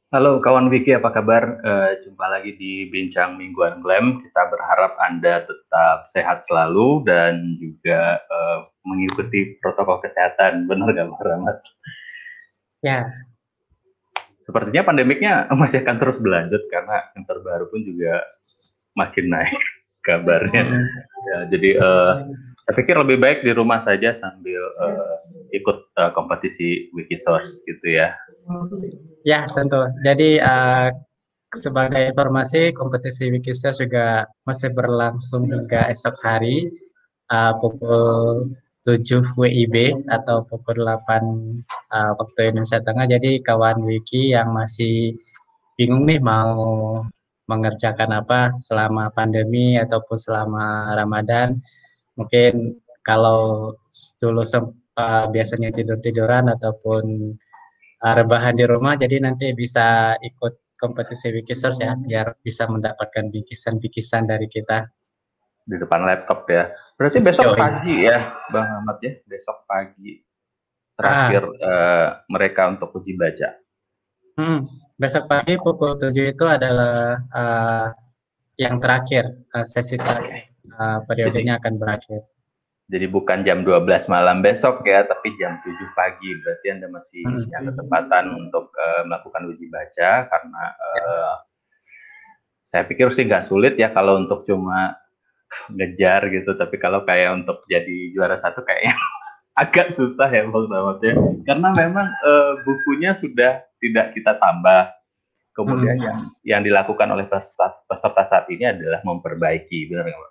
Halo kawan Vicky, apa kabar? Jumpa lagi di Bincang Mingguan Glam. Kita berharap Anda tetap sehat selalu dan juga mengikuti protokol kesehatan. Benar nggak, Pak Rahmat? Ya, Sepertinya pandemiknya masih akan terus berlanjut karena yang terbaru pun juga makin naik kabarnya. mm, Ya, jadi saya pikir lebih baik di rumah saja sambil ikut kompetisi Wikisource gitu ya. ya tentu. Jadi sebagai informasi, kompetisi Wikisas juga masih berlangsung hingga esok hari pukul 7 WIB atau pukul 8 waktu Indonesia Tengah. Jadi kawan Wiki yang masih bingung nih mau mengerjakan apa selama pandemi ataupun selama Ramadan, mungkin kalau dulu biasanya tidur-tiduran ataupun rebahan di rumah, jadi nanti bisa ikut kompetisi Wikisource ya, biar bisa mendapatkan bikisan-bikisan dari kita. Di depan laptop ya. Berarti besok Yoi. pagi ya, Bang Ahmad ya. Besok pagi terakhir Ah, mereka untuk uji baca. hmm. Besok pagi pukul 7 itu adalah yang terakhir, sesi terakhir. Jadi Periodenya akan berakhir. jadi bukan jam 12 malam besok ya, tapi jam 7 pagi. Berarti Anda masih Hmm. punya kesempatan untuk melakukan uji baca karena saya pikir sih nggak sulit ya kalau untuk cuma ngejar gitu, tapi kalau kayak untuk jadi juara satu kayaknya agak susah ya Bang Samad ya. Karena memang bukunya sudah tidak kita tambah. Hmm. Kemudian yang dilakukan oleh peserta saat ini adalah memperbaiki, benar nggak Pak?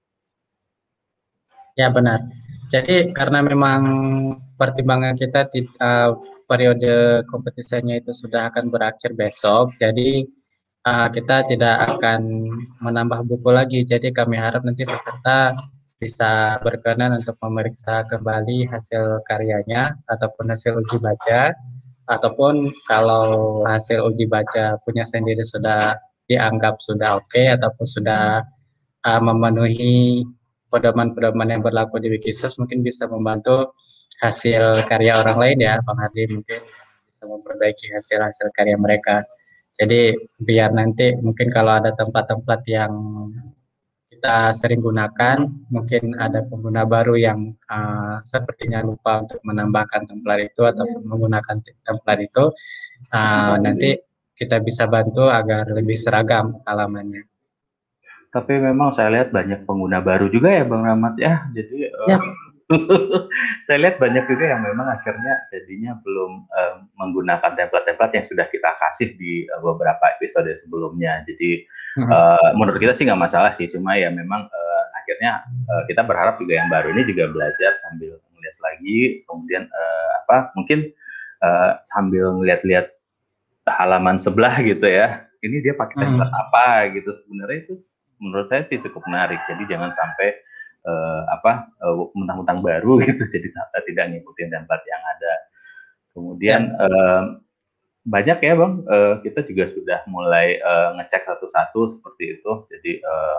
Ya benar. Jadi karena memang pertimbangan kita periode kompetisinya itu sudah akan berakhir besok, jadi kita tidak akan menambah buku lagi. Jadi kami harap nanti peserta bisa berkenan untuk memeriksa kembali hasil karyanya ataupun hasil uji baca, ataupun kalau hasil uji baca punya sendiri sudah dianggap sudah oke ataupun sudah memenuhi pedoman-pedoman yang berlaku di Wikisource, mungkin bisa membantu hasil karya orang lain ya, Bang Hadi, mungkin bisa memperbaiki hasil-hasil karya mereka. Jadi biar nanti mungkin kalau ada tempat-tempat yang kita sering gunakan, mungkin ada pengguna baru yang sepertinya lupa untuk menambahkan template itu ataupun menggunakan template itu, nanti kita bisa bantu agar lebih seragam halamannya. Tapi memang saya lihat banyak pengguna baru juga ya Bang Rahmat ya. Jadi Ya, saya lihat banyak juga yang memang akhirnya jadinya belum menggunakan template-template yang sudah kita kasih di beberapa episode sebelumnya. Jadi menurut kita sih nggak masalah sih, cuma ya memang akhirnya kita berharap juga yang baru ini juga belajar sambil melihat lagi, kemudian apa mungkin sambil melihat-lihat halaman sebelah gitu ya. Ini dia pakai template apa gitu, sebenarnya itu menurut saya sih cukup menarik. Jadi jangan sampai apa mentang-mentang baru gitu, jadi tidak ngikutin template yang ada. Kemudian ya. banyak ya bang, kita juga sudah mulai ngecek satu-satu seperti itu. Jadi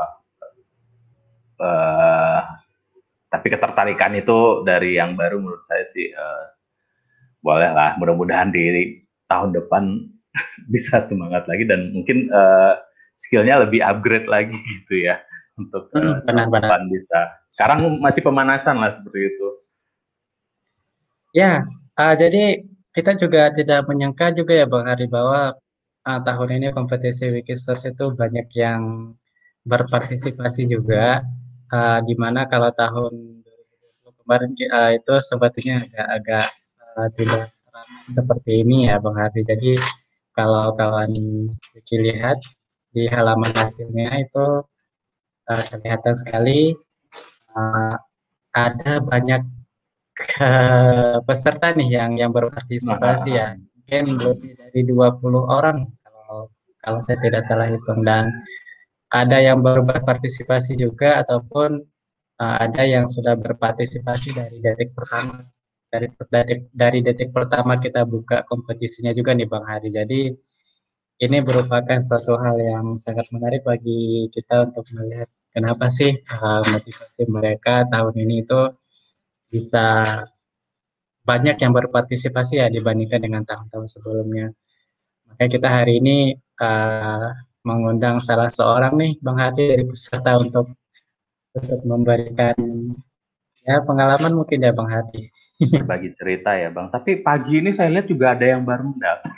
uh, tapi ketertarikan itu dari yang baru menurut saya sih boleh lah. Mudah-mudahan di tahun depan bisa semangat lagi dan mungkin skillnya lebih upgrade lagi gitu ya untuk tahun Benar-benar. depan bisa. Sekarang masih pemanasan lah seperti itu. Ya, jadi kita juga tidak menyangka juga ya Bang Hari bahwa tahun ini kompetisi Wikisource itu banyak yang berpartisipasi juga, di mana kalau tahun 2020 kemarin itu sepertinya agak-agak tidak seperti ini ya Bang Hari. Jadi kalau kawan Wiki lihat di halaman hasilnya itu kelihatan sekali uh, ada banyak peserta nih yang berpartisipasi ya, Nah, mungkin lebih dari 20 orang kalau kalau saya tidak salah hitung, dan ada yang baru berpartisipasi juga ataupun ada yang sudah berpartisipasi dari detik pertama, dari detik pertama kita buka kompetisinya juga nih Bang Hari. Jadi ini merupakan suatu hal yang sangat menarik bagi kita untuk melihat kenapa sih motivasi mereka tahun ini itu bisa banyak yang berpartisipasi ya dibandingkan dengan tahun-tahun sebelumnya. Makanya kita hari ini mengundang salah seorang nih Bang Hadi dari peserta untuk memberikan ya pengalaman mungkin ya Bang Hadi. Berbagi cerita ya Bang. Tapi pagi ini saya lihat juga ada yang baru mendaftar.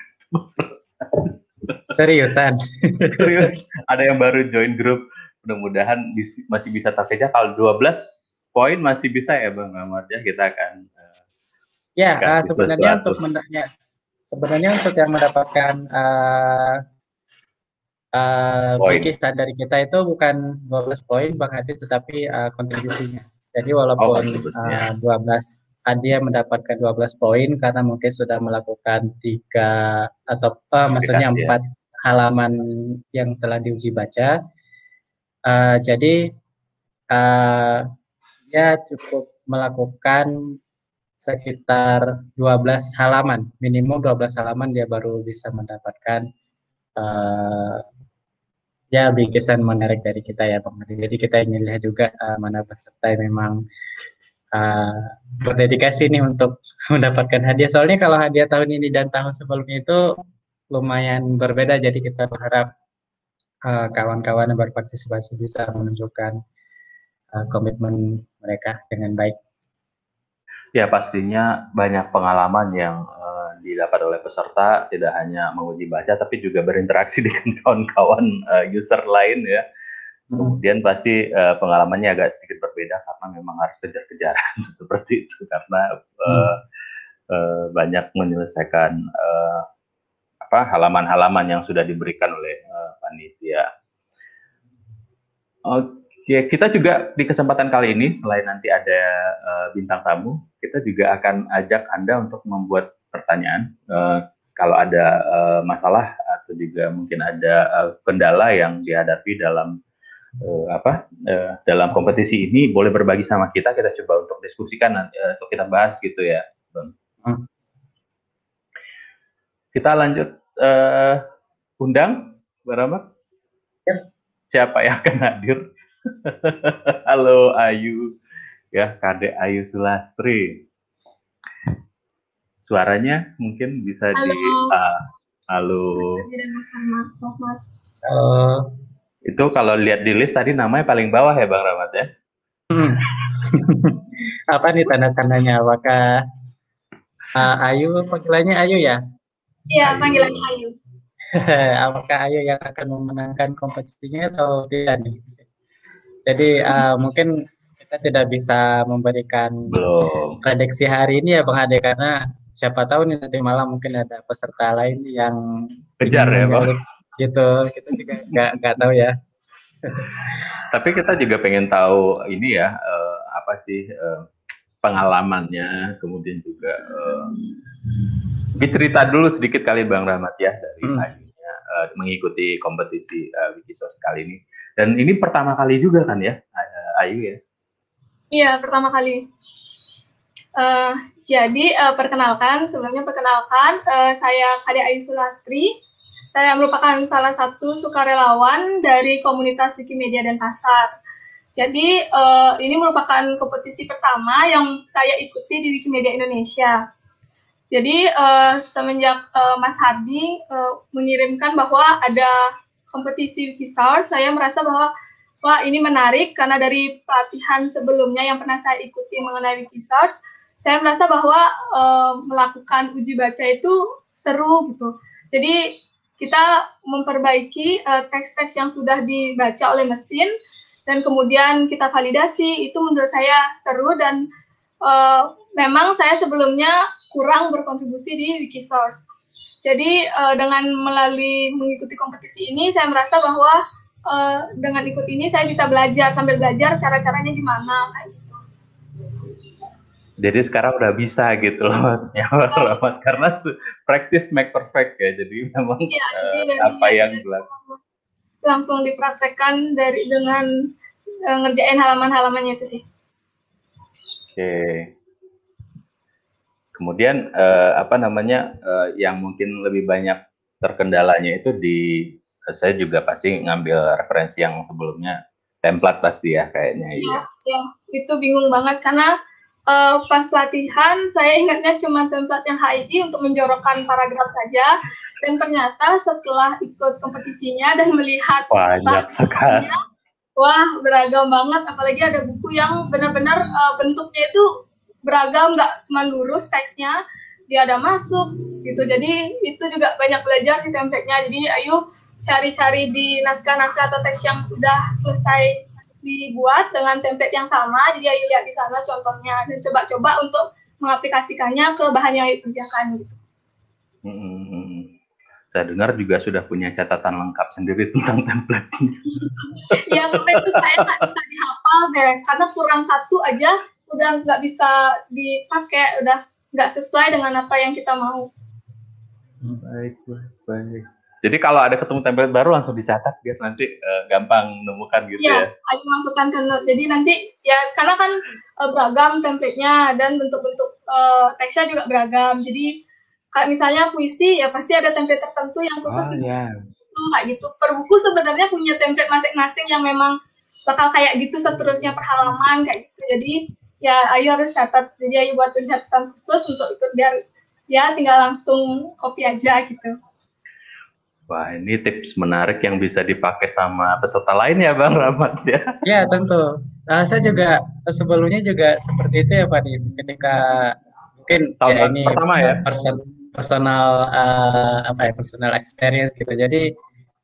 Seriusan. Serius, ada yang baru join grup. Mudah-mudahan masih bisa terkejar. Kalau 12 poin masih bisa ya Bang Ahmad ya. Kita akan Ya, kasih sesuatu. sebenarnya untuk yang mendapatkan Poin. bikisan dari kita itu bukan 12 poin Bang Hadi, tetapi kontribusinya. Jadi Oh, walaupun kontribusinya. 12 dia mendapatkan 12 poin karena mungkin sudah melakukan 3 atau maksudnya Aplikasi ya. 4 halaman yang telah diuji baca. Jadi dia cukup melakukan sekitar 12 halaman, minimum 12 halaman dia baru bisa mendapatkan uh, ya bingkisan menarik dari kita ya Bang. Jadi kita ingin lihat juga mana peserta yang memang uh, berdedikasi nih untuk mendapatkan hadiah. Soalnya kalau hadiah tahun ini dan tahun sebelumnya itu lumayan berbeda. Jadi kita berharap kawan-kawan yang berpartisipasi bisa menunjukkan komitmen mereka dengan baik. Ya, pastinya banyak pengalaman yang didapat oleh peserta, tidak hanya menguji baca, tapi juga berinteraksi dengan kawan-kawan user lain ya. Kemudian pasti pengalamannya agak sedikit berbeda karena memang harus kejar-kejaran seperti itu karena banyak menyelesaikan halaman-halaman yang sudah diberikan oleh panitia. Oke, kita juga di kesempatan kali ini selain nanti ada bintang tamu, kita juga akan ajak Anda untuk membuat pertanyaan. Kalau ada masalah atau juga mungkin ada kendala yang dihadapi dalam dalam kompetisi ini, boleh berbagi sama kita coba untuk diskusikan, untuk kita bahas gitu ya, Bang. Kita lanjut undang, Mbak Rama. Ya. Siapa yang akan hadir? Halo Ayu, ya Kade Ayu Sulastri. Suaranya mungkin bisa halo. Halo. Halo. Itu kalau lihat di list tadi namanya paling bawah ya Bang Rahmat ya? Apa nih tanda-tandanya? Apakah Ayu, panggilannya Ayu ya? Iya, panggilannya Ayu. Apakah Ayu yang akan memenangkan kompetisinya atau tidak nih? Jadi mungkin kita tidak bisa memberikan prediksi hari ini ya Bang Ade, karena siapa tahu nih nanti malam mungkin ada peserta lain yang kejar ya Bang? Gitu, kita juga nggak tahu ya. Tapi kita juga pengen tahu ini ya, apa sih pengalamannya, kemudian juga cerita dulu sedikit kali Bang Rahmat ya dari Ayunya mengikuti kompetisi Wikisource kali ini. Dan ini pertama kali juga kan ya, Ayu ya? Iya, pertama kali. Jadi sebelumnya perkenalkan, saya Kade Ayu Sulastri. Saya merupakan salah satu sukarelawan dari komunitas Wikimedia Denpasar. Jadi ini merupakan kompetisi pertama yang saya ikuti di Wikimedia Indonesia. Jadi semenjak Mas Hardi mengirimkan bahwa ada kompetisi Wikisource, saya merasa bahwa wah ini menarik karena dari pelatihan sebelumnya yang pernah saya ikuti mengenai Wikisource, saya merasa bahwa melakukan uji baca itu seru gitu. Jadi kita memperbaiki teks-teks yang sudah dibaca oleh mesin dan kemudian kita validasi, itu menurut saya seru dan memang saya sebelumnya kurang berkontribusi di Wikisource. Jadi dengan mengikuti kompetisi ini, saya merasa bahwa dengan ikut ini saya bisa sambil belajar cara-caranya gimana. Gitu. Jadi sekarang udah bisa gitu loh, karena practice make perfect ya. Jadi memang apa yang dilakukan langsung dipraktekkan dengan ngerjain halaman-halamannya itu sih. Oke. Kemudian yang mungkin lebih banyak terkendalanya itu saya juga pasti ngambil referensi yang sebelumnya template pasti ya kayaknya. Iya, itu bingung banget karena Pas pelatihan, saya ingatnya cuma template yang HII untuk menjorokkan paragraf saja, dan ternyata setelah ikut kompetisinya dan melihat Banyak sekali. wah beragam banget, apalagi ada buku yang benar-benar bentuknya itu beragam, nggak cuma lurus teksnya, dia ada masuk gitu. Jadi itu juga banyak belajar di template-nya. Jadi ayo cari-cari di naskah-naskah atau teks yang udah selesai dibuat dengan template yang sama. Jadi ayo lihat di sana contohnya dan coba-coba untuk mengaplikasikannya ke bahan yang dikerjakan gitu. Saya dengar juga sudah punya catatan lengkap sendiri tentang template. Ya, template itu saya nggak bisa dihafal deh, karena kurang satu aja udah nggak bisa dipakai, udah nggak sesuai dengan apa yang kita mau. Baik. Jadi kalau ada ketemu template baru langsung dicatat biar nanti gampang menemukan gitu ya. Ayo masukkan ke note. Jadi nanti ya karena kan beragam template-nya dan bentuk-bentuk teksnya juga beragam. Jadi kayak misalnya puisi ya pasti ada template tertentu yang khusus kayak gitu. Per buku sebenarnya punya template masing-masing yang memang bakal kayak gitu seterusnya per halaman kayak gitu. Jadi ya ayo harus catat. Jadi ayo buat catatan khusus untuk ikut biar ya tinggal langsung copy aja gitu. Wah, ini tips menarik yang bisa dipakai sama peserta lain ya Bang Rahmat ya. Ya tentu. Saya juga sebelumnya juga seperti itu ya Pak Dis. Ketika mungkin tahun ya ini pertama ya personal personal experience gitu. Jadi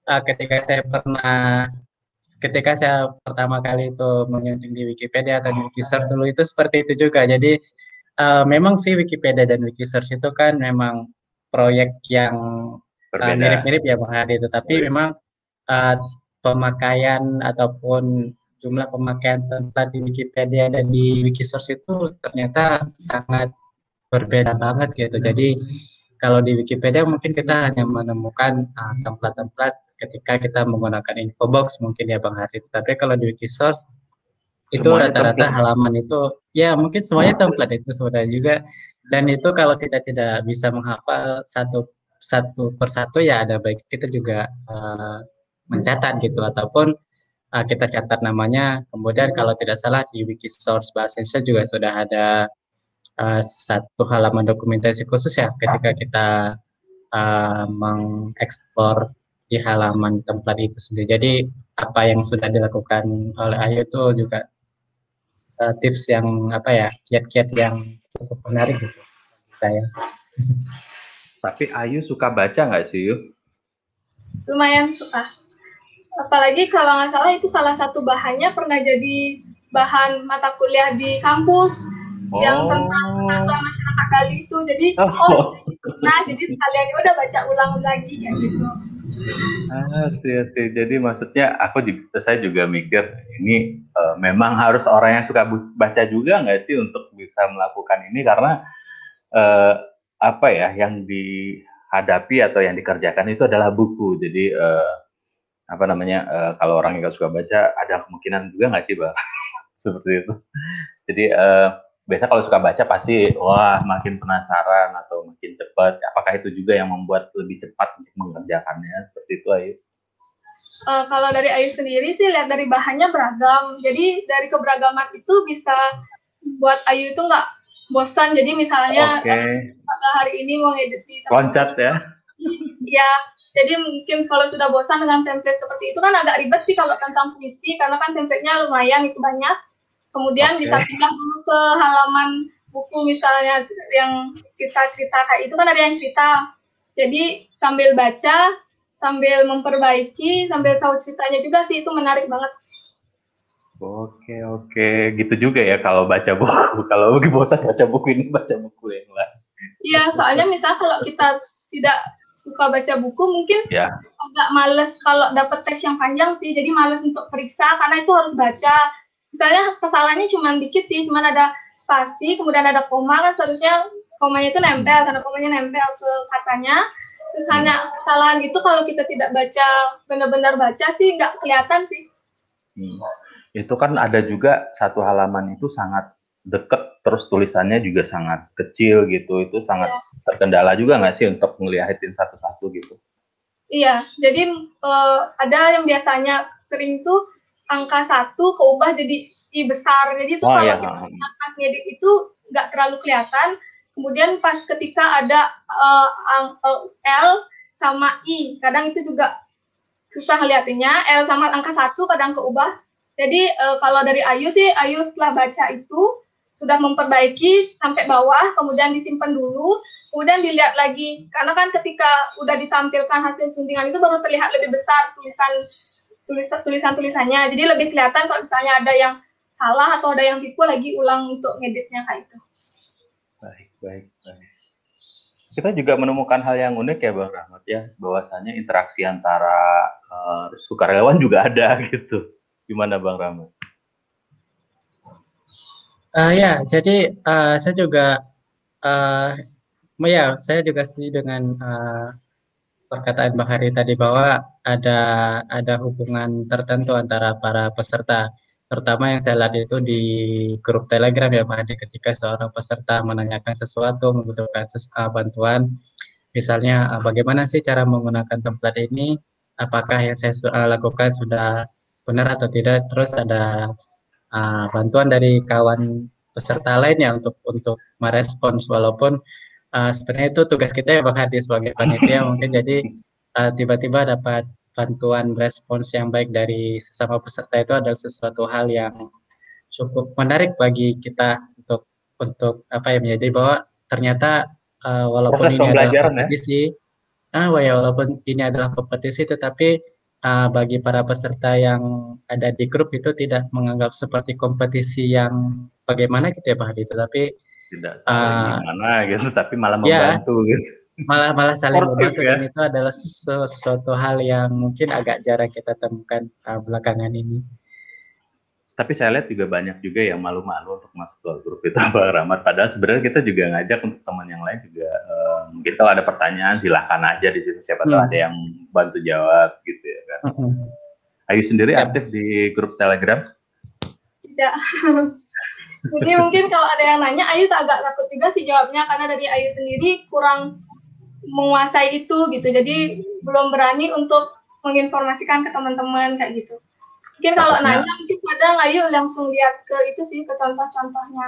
ketika saya pertama kali itu menyunting di Wikipedia atau di Wikisource dulu itu seperti itu juga. Jadi memang sih Wikipedia dan Wikisource itu kan memang proyek yang mirip-mirip ya Bang Hadi, tetapi memang pemakaian ataupun jumlah pemakaian template di Wikipedia dan di Wikisource itu ternyata sangat berbeda banget gitu. Jadi kalau di Wikipedia mungkin kita hanya menemukan template-template ketika kita menggunakan infobox mungkin ya Bang Hadi. Tapi kalau di Wikisource itu rata-rata halaman itu ya mungkin semuanya template itu sudah juga, dan itu kalau kita tidak bisa menghafal satu persatu ya ada baik kita juga mencatat gitu ataupun kita catat namanya. Kemudian kalau tidak salah di Wikisource bahasa Indonesia juga sudah ada satu halaman dokumentasi khusus ya ketika kita mengeksplor di halaman template itu sendiri. Jadi apa yang sudah dilakukan oleh Ayu itu juga tips yang kiat-kiat yang cukup menarik gitu saya. Tapi Ayu suka baca nggak sih Yuk? Lumayan suka. Apalagi kalau nggak salah itu salah satu bahannya pernah jadi bahan mata kuliah di kampus yang tentang kesatuan masyarakat Bali itu. Jadi jadi sekalian udah baca ulang lagi kayak gitu. Sih. Jadi maksudnya saya juga mikir ini memang harus orang yang suka baca juga nggak sih untuk bisa melakukan ini, karena yang dihadapi atau yang dikerjakan itu adalah buku. Jadi kalau orang yang nggak suka baca ada kemungkinan juga nggak sih Bang seperti itu. Jadi biasa kalau suka baca pasti makin penasaran atau makin cepat. Apakah itu juga yang membuat lebih cepat untuk mengerjakannya seperti itu Ayu? Kalau dari Ayu sendiri sih lihat dari bahannya beragam. Jadi dari keberagaman itu bisa buat Ayu itu nggak bosan. Jadi misalnya pada hari ini mau ngedit di loncat ya. Ya, jadi mungkin kalau sudah bosan dengan template seperti itu kan agak ribet sih kalau tentang puisi, karena kan template-nya lumayan itu banyak. Kemudian bisa pindah dulu ke halaman buku misalnya yang cerita-cerita kayak itu kan ada yang cerita. Jadi sambil baca, sambil memperbaiki, sambil tahu ceritanya juga sih, itu menarik banget. Oke, gitu juga ya kalau baca buku. Kalau lagi bosan baca buku ini, baca buku yang lain. Iya, soalnya misal kalau kita tidak suka baca buku mungkin agak males kalau dapat teks yang panjang sih, jadi males untuk periksa karena itu harus baca. Misalnya kesalahannya cuma dikit sih, cuma ada spasi, kemudian ada koma, kan seharusnya komanya itu nempel, karena komanya nempel ke katanya. Terus hanya kesalahan gitu kalau kita tidak baca, benar-benar baca sih nggak kelihatan sih. Itu kan ada juga satu halaman itu sangat deket, terus tulisannya juga sangat kecil gitu, itu sangat terkendala juga nggak sih untuk ngeliatin satu-satu gitu? Iya, jadi ada yang biasanya sering tuh angka 1 keubah jadi I besar. Jadi itu kalau kita pas ngedit itu nggak terlalu kelihatan. Kemudian pas ketika ada L sama I, kadang itu juga susah ngeliatinnya. L sama angka 1 kadang keubah. Jadi kalau dari Ayu sih, Ayu setelah baca itu sudah memperbaiki sampai bawah, kemudian disimpan dulu, kemudian dilihat lagi. Karena kan ketika udah ditampilkan hasil suntingan itu baru terlihat lebih besar tulisannya. Jadi lebih kelihatan kalau misalnya ada yang salah atau ada yang tipu, lagi ulang untuk ngeditnya kayak itu. Baik. Kita juga menemukan hal yang unik ya Bang Rahmat ya, bahwasanya interaksi antara sukarelawan juga ada gitu. Gimana Bang Rahmat? Ya, jadi saya juga saya juga setuju dengan perkataan Bang Hari tadi bahwa ada hubungan tertentu antara para peserta, terutama yang saya lihat itu di grup Telegram ya Bang Hari, ketika seorang peserta menanyakan sesuatu, membutuhkan bantuan, misalnya bagaimana sih cara menggunakan template ini, apakah yang saya lakukan sudah benar atau tidak, terus ada bantuan dari kawan peserta lainnya untuk merespons, walaupun sebenarnya itu tugas kita ya Bang Hadi sebagai panitia mungkin, jadi tiba-tiba dapat bantuan respons yang baik dari sesama peserta itu adalah sesuatu hal yang cukup menarik bagi kita untuk apa ya, menjadi bahwa ternyata walaupun ini adalah kompetisi, walaupun ini adalah kompetisi, tetapi bagi para peserta yang ada di grup itu tidak menganggap seperti kompetisi yang bagaimana gitu ya Pak Hadi, tetapi tidak saling gimana gitu, tapi malah membantu gitu. Malah saling membantu ya? Dan itu adalah sesuatu hal yang mungkin agak jarang kita temukan belakangan ini. Tapi saya lihat juga banyak juga yang malu-malu untuk masuk ke grup itu Bang Rahmat. Padahal sebenarnya kita juga ngajak untuk teman yang lain juga. Mungkin kalau ada pertanyaan silahkan aja di situ. Siapa tahu ada yang bantu jawab gitu ya kan. Ayu sendiri aktif di grup Telegram? Tidak. Jadi mungkin kalau ada yang nanya, Ayu agak takut juga sih jawabnya, karena dari Ayu sendiri kurang menguasai itu gitu. Jadi belum berani untuk menginformasikan ke teman-teman kayak gitu. Mungkin kalau nanya, mungkin kadang Ayu langsung lihat ke itu sih, ke contoh-contohnya.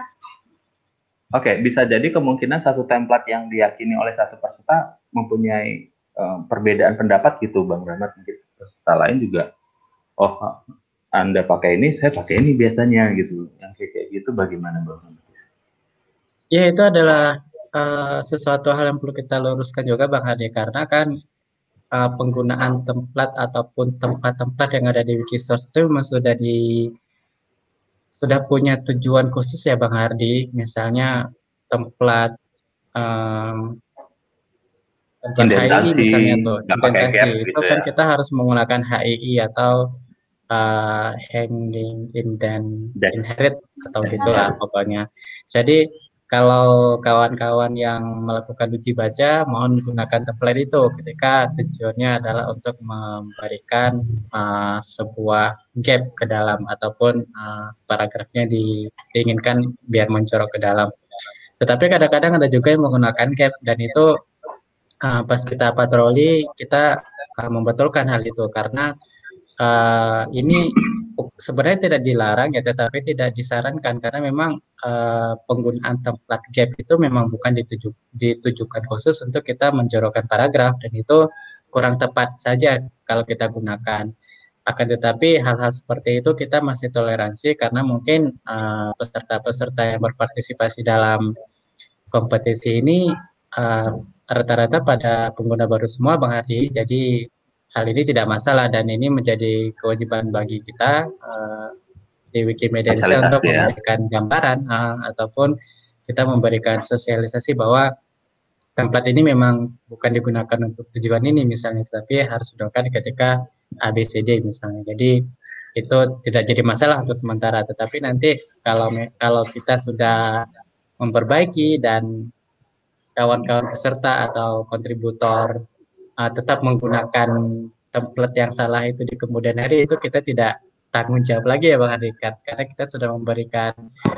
Oke, bisa jadi kemungkinan satu template yang diyakini oleh satu peserta mempunyai perbedaan pendapat gitu, Bang Rahmat. Mungkin peserta lain juga, oh Anda pakai ini, saya pakai ini biasanya gitu. Yang kayak gitu bagaimana, Bang Rahmat? Ya, itu adalah sesuatu hal yang perlu kita luruskan juga, Bang Hadi, karena kan penggunaan template ataupun tempat-tempat yang ada di Wikisource itu memang sudah punya tujuan khusus ya Bang Hardi. Misalnya template HII misalnya tuh, indentasi itu kan kita harus menggunakan HII atau hanging indent inherit atau gitulah pokoknya. Jadi kalau kawan-kawan yang melakukan uji baca mohon gunakan template itu ketika tujuannya adalah untuk memberikan sebuah gap ke dalam ataupun paragrafnya diinginkan biar mencorok ke dalam. Tetapi kadang-kadang ada juga yang menggunakan gap, dan itu pas kita patroli kita membetulkan hal itu, karena ini sebenarnya tidak dilarang ya, tetapi tidak disarankan karena memang penggunaan template gap itu memang bukan ditujukan khusus untuk kita menjorokkan paragraf, dan itu kurang tepat saja kalau kita gunakan. Akan tetapi hal-hal seperti itu kita masih toleransi karena mungkin peserta-peserta yang berpartisipasi dalam kompetisi ini rata-rata pada pengguna baru semua Bang Hardi, jadi hal ini tidak masalah, dan ini menjadi kewajiban bagi kita di Wikimedia Indonesia untuk memberikan gambaran ataupun kita memberikan sosialisasi bahwa template ini memang bukan digunakan untuk tujuan ini misalnya, tapi harus digunakan ketika ABCD misalnya. Jadi itu tidak jadi masalah untuk sementara, tetapi nanti kalau kita sudah memperbaiki dan kawan-kawan peserta atau kontributor tetap menggunakan template yang salah itu di kemudian hari, itu kita tidak tanggung jawab lagi ya Bang Hadi, karena kita sudah memberikan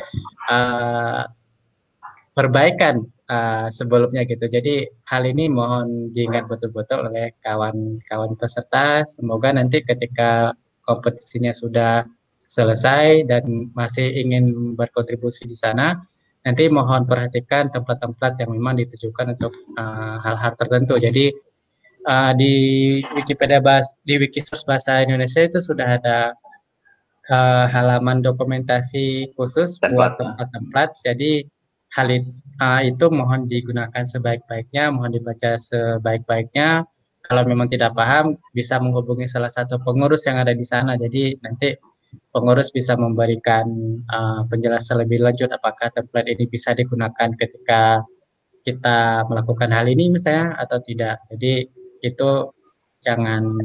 perbaikan sebelumnya gitu. Jadi hal ini mohon diingat betul-betul oleh kawan-kawan peserta. Semoga nanti ketika kompetisinya sudah selesai dan masih ingin berkontribusi di sana, nanti mohon perhatikan tempat-tempat yang memang ditujukan untuk hal-hal tertentu. Jadi di di Wikisource Bahasa Indonesia itu sudah ada halaman dokumentasi khusus buat tempat-tempat. Jadi hal itu mohon digunakan sebaik-baiknya, mohon dibaca sebaik-baiknya. Kalau memang tidak paham, bisa menghubungi salah satu pengurus yang ada di sana. Jadi nanti pengurus bisa memberikan penjelasan lebih lanjut apakah template ini bisa digunakan ketika kita melakukan hal ini misalnya atau tidak. Jadi itu jangan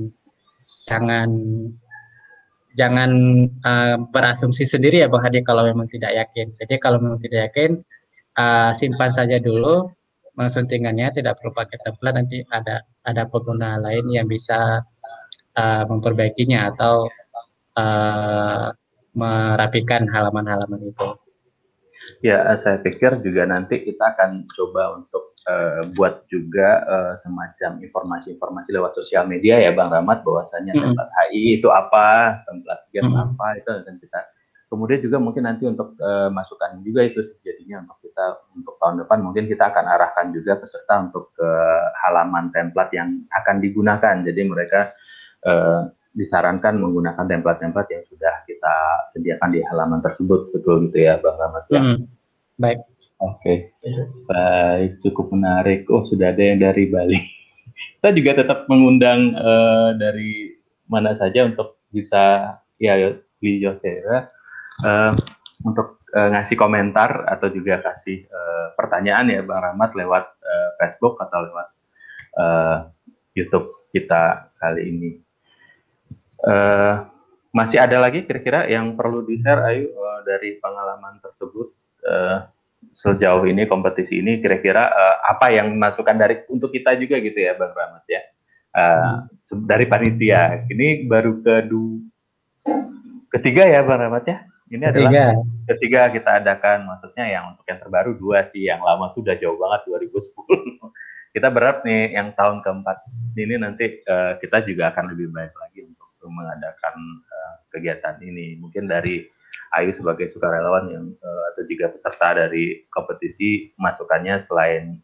berasumsi sendiri ya Bang Hadi kalau memang tidak yakin. Jadi kalau memang tidak yakin, simpan saja dulu suntingannya, tidak perlu pakai template, nanti ada pengguna lain yang bisa memperbaikinya atau merapikan halaman-halaman itu. Ya, saya pikir juga nanti kita akan coba untuk buat juga semacam informasi-informasi lewat sosial media ya Bang Rahmat, bahwasanya tempat HI itu apa, tempat GEM apa, itu akan kita. Kemudian juga mungkin nanti untuk masukan juga itu jadinya untuk kita untuk tahun depan mungkin kita akan arahkan juga peserta untuk ke halaman template yang akan digunakan. Jadi mereka disarankan menggunakan template-template yang sudah kita sediakan di halaman tersebut, betul gitu ya Bang Rahmat ya. Baik. Oke, baik, cukup menarik. Oh, sudah ada yang dari Bali. Kita juga tetap mengundang dari mana saja untuk bisa ya di Yosera untuk ngasih komentar atau juga kasih pertanyaan ya Bang Rahmat lewat Facebook atau lewat YouTube kita kali ini. Masih ada lagi kira-kira yang perlu di-share Ayu dari pengalaman tersebut sejauh ini kompetisi ini kira-kira apa yang masukan dari untuk kita juga gitu ya Bang Rahmat ya dari panitia ini baru ketiga ya Bang Rahmat ya ini adalah ketiga kita adakan, maksudnya yang untuk yang terbaru 2 sih, yang lama sudah jauh banget 2010. Kita berharap nih yang tahun keempat ini nanti kita juga akan lebih baik lagi untuk mengadakan kegiatan ini. Mungkin dari Ayu sebagai sukarelawan yang atau juga peserta dari kompetisi, masukannya selain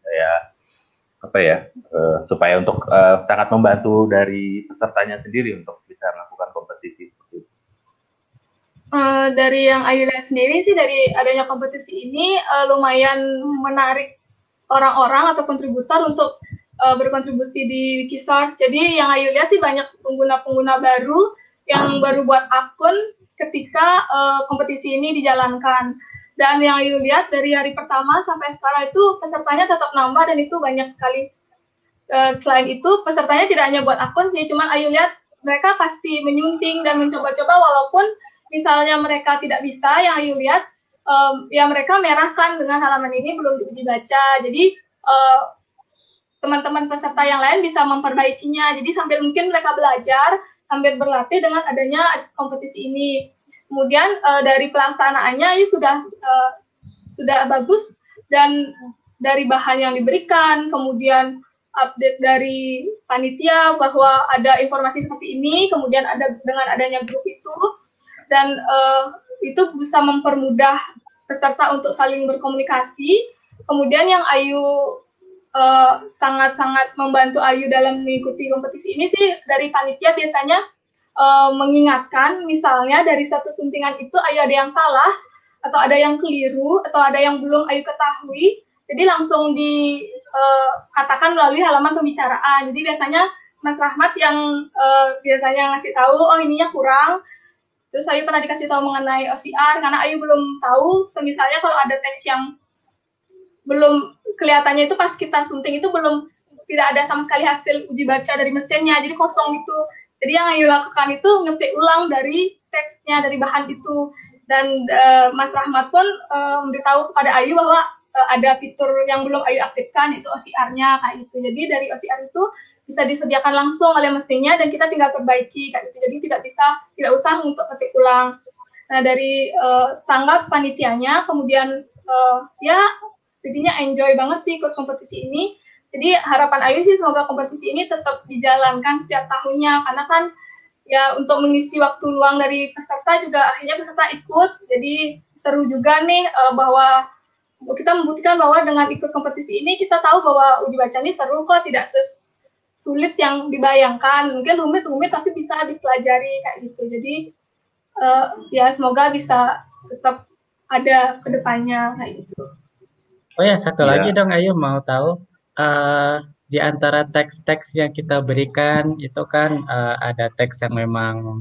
supaya untuk sangat membantu dari pesertanya sendiri untuk bisa melakukan kompetisi seperti itu. Dari yang Ayu lihat sendiri sih, dari adanya kompetisi ini lumayan menarik orang-orang atau kontributor untuk berkontribusi di Wikisource. Jadi yang Ayu lihat sih banyak pengguna-pengguna baru yang baru buat akun ketika kompetisi ini dijalankan. Dan yang Ayu lihat dari hari pertama sampai sekarang itu pesertanya tetap nambah dan itu banyak sekali. Selain itu pesertanya tidak hanya buat akun sih, cuman Ayu lihat mereka pasti menyunting dan mencoba-coba walaupun misalnya mereka tidak bisa, yang Ayu lihat ya mereka merahkan dengan halaman ini belum diuji baca. Jadi teman-teman peserta yang lain bisa memperbaikinya. Jadi sambil mungkin mereka belajar, sambil berlatih dengan adanya kompetisi ini. Kemudian dari pelaksanaannya ini sudah bagus, dan dari bahan yang diberikan, kemudian update dari panitia bahwa ada informasi seperti ini, kemudian ada dengan adanya grup itu, dan itu bisa mempermudah peserta untuk saling berkomunikasi. Kemudian yang Ayu sangat-sangat membantu Ayu dalam mengikuti kompetisi ini sih, dari panitia biasanya mengingatkan, misalnya dari satu suntingan itu Ayu ada yang salah, atau ada yang keliru, atau ada yang belum Ayu ketahui, jadi langsung dikatakan melalui halaman pembicaraan. Jadi biasanya Mas Rahmat yang biasanya ngasih tahu, oh ininya kurang. Terus Ayu pernah dikasih tahu mengenai OCR, karena Ayu belum tahu, misalnya kalau ada teks yang belum kelihatannya itu pas kita sunting itu tidak ada sama sekali hasil uji baca dari mesinnya, jadi kosong gitu. Jadi yang Ayu lakukan itu ngetik ulang dari teksnya, dari bahan itu. Dan Mas Rahmat pun memberitahu kepada Ayu bahwa ada fitur yang belum Ayu aktifkan, itu OCR-nya kayak gitu. Jadi dari OCR itu bisa disediakan langsung oleh mesinnya dan kita tinggal perbaiki kayak gitu. Jadi tidak usah untuk ketik ulang. Nah, dari tanggap panitianya, kemudian ya jadinya enjoy banget sih ikut kompetisi ini. Jadi harapan Ayu sih semoga kompetisi ini tetap dijalankan setiap tahunnya, karena kan ya untuk mengisi waktu luang dari peserta juga akhirnya peserta ikut. Jadi seru juga nih bahwa kita membuktikan bahwa dengan ikut kompetisi ini kita tahu bahwa uji baca ini seru kok, tidak sulit yang dibayangkan. Mungkin rumit-rumit tapi bisa dipelajari kayak gitu. Jadi ya semoga bisa tetap ada kedepannya kayak gitu. Oh ya, satu lagi dong, Ayu mau tahu di antara teks-teks yang kita berikan itu kan ada teks yang memang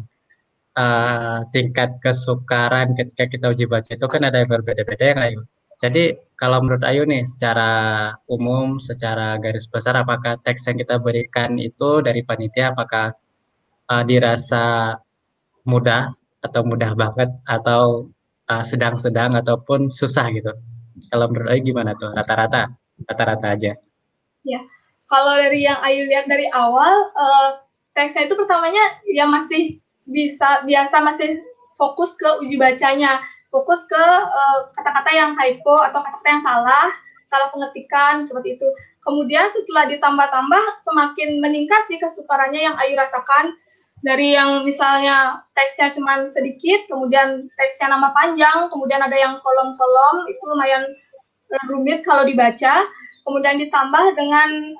tingkat kesukaran ketika kita uji baca itu kan ada yang berbeda-beda ya, Ayu. Jadi kalau menurut Ayu nih, secara umum, secara garis besar, apakah teks yang kita berikan itu dari panitia, apakah dirasa mudah atau mudah banget atau sedang-sedang ataupun susah gitu? Kalau menurut Ayu gimana tuh? Rata-rata aja. Ya, kalau dari yang Ayu lihat dari awal, teksnya itu pertamanya ya masih biasa masih fokus ke uji bacanya, fokus ke kata-kata yang typo atau kata-kata yang salah pengetikan seperti itu. Kemudian setelah ditambah-tambah semakin meningkat sih kesukarannya yang Ayu rasakan, dari yang misalnya teksnya cuma sedikit, kemudian teksnya nama panjang, kemudian ada yang kolom-kolom, itu lumayan rumit kalau dibaca. Kemudian ditambah dengan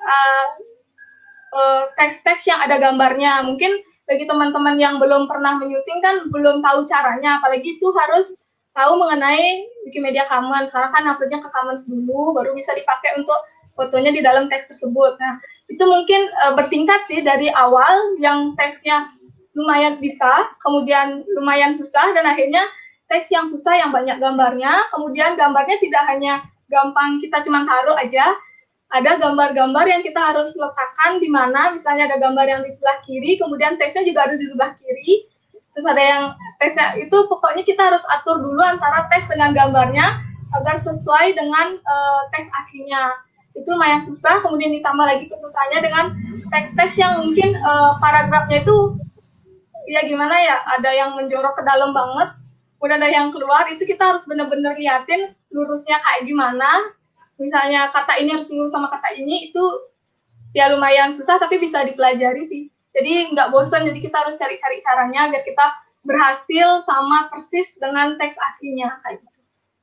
teks-teks yang ada gambarnya. Mungkin bagi teman-teman yang belum pernah menyuting kan belum tahu caranya, apalagi itu harus tahu mengenai Wikimedia Commons. Sekarang kan uploadnya ke Commons dulu, baru bisa dipakai untuk fotonya di dalam teks tersebut. Nah, itu mungkin bertingkat sih dari awal yang teksnya lumayan bisa, kemudian lumayan susah, dan akhirnya teks yang susah yang banyak gambarnya, kemudian gambarnya tidak hanya gampang kita cuma taruh aja, ada gambar-gambar yang kita harus letakkan di mana, misalnya ada gambar yang di sebelah kiri, kemudian teksnya juga harus di sebelah kiri, terus ada yang teksnya itu pokoknya kita harus atur dulu antara teks dengan gambarnya agar sesuai dengan teks aslinya. Itu lumayan susah, kemudian ditambah lagi kesusahannya dengan teks-teks yang mungkin paragrafnya itu ya gimana ya, ada yang menjorok ke dalam banget, kemudian ada yang keluar, itu kita harus benar-benar liatin lurusnya kayak gimana. Misalnya kata ini harus nyambung sama kata ini, itu ya lumayan susah tapi bisa dipelajari sih. Jadi nggak bosan, jadi kita harus cari-cari caranya biar kita berhasil sama persis dengan teks aslinya kayak gitu.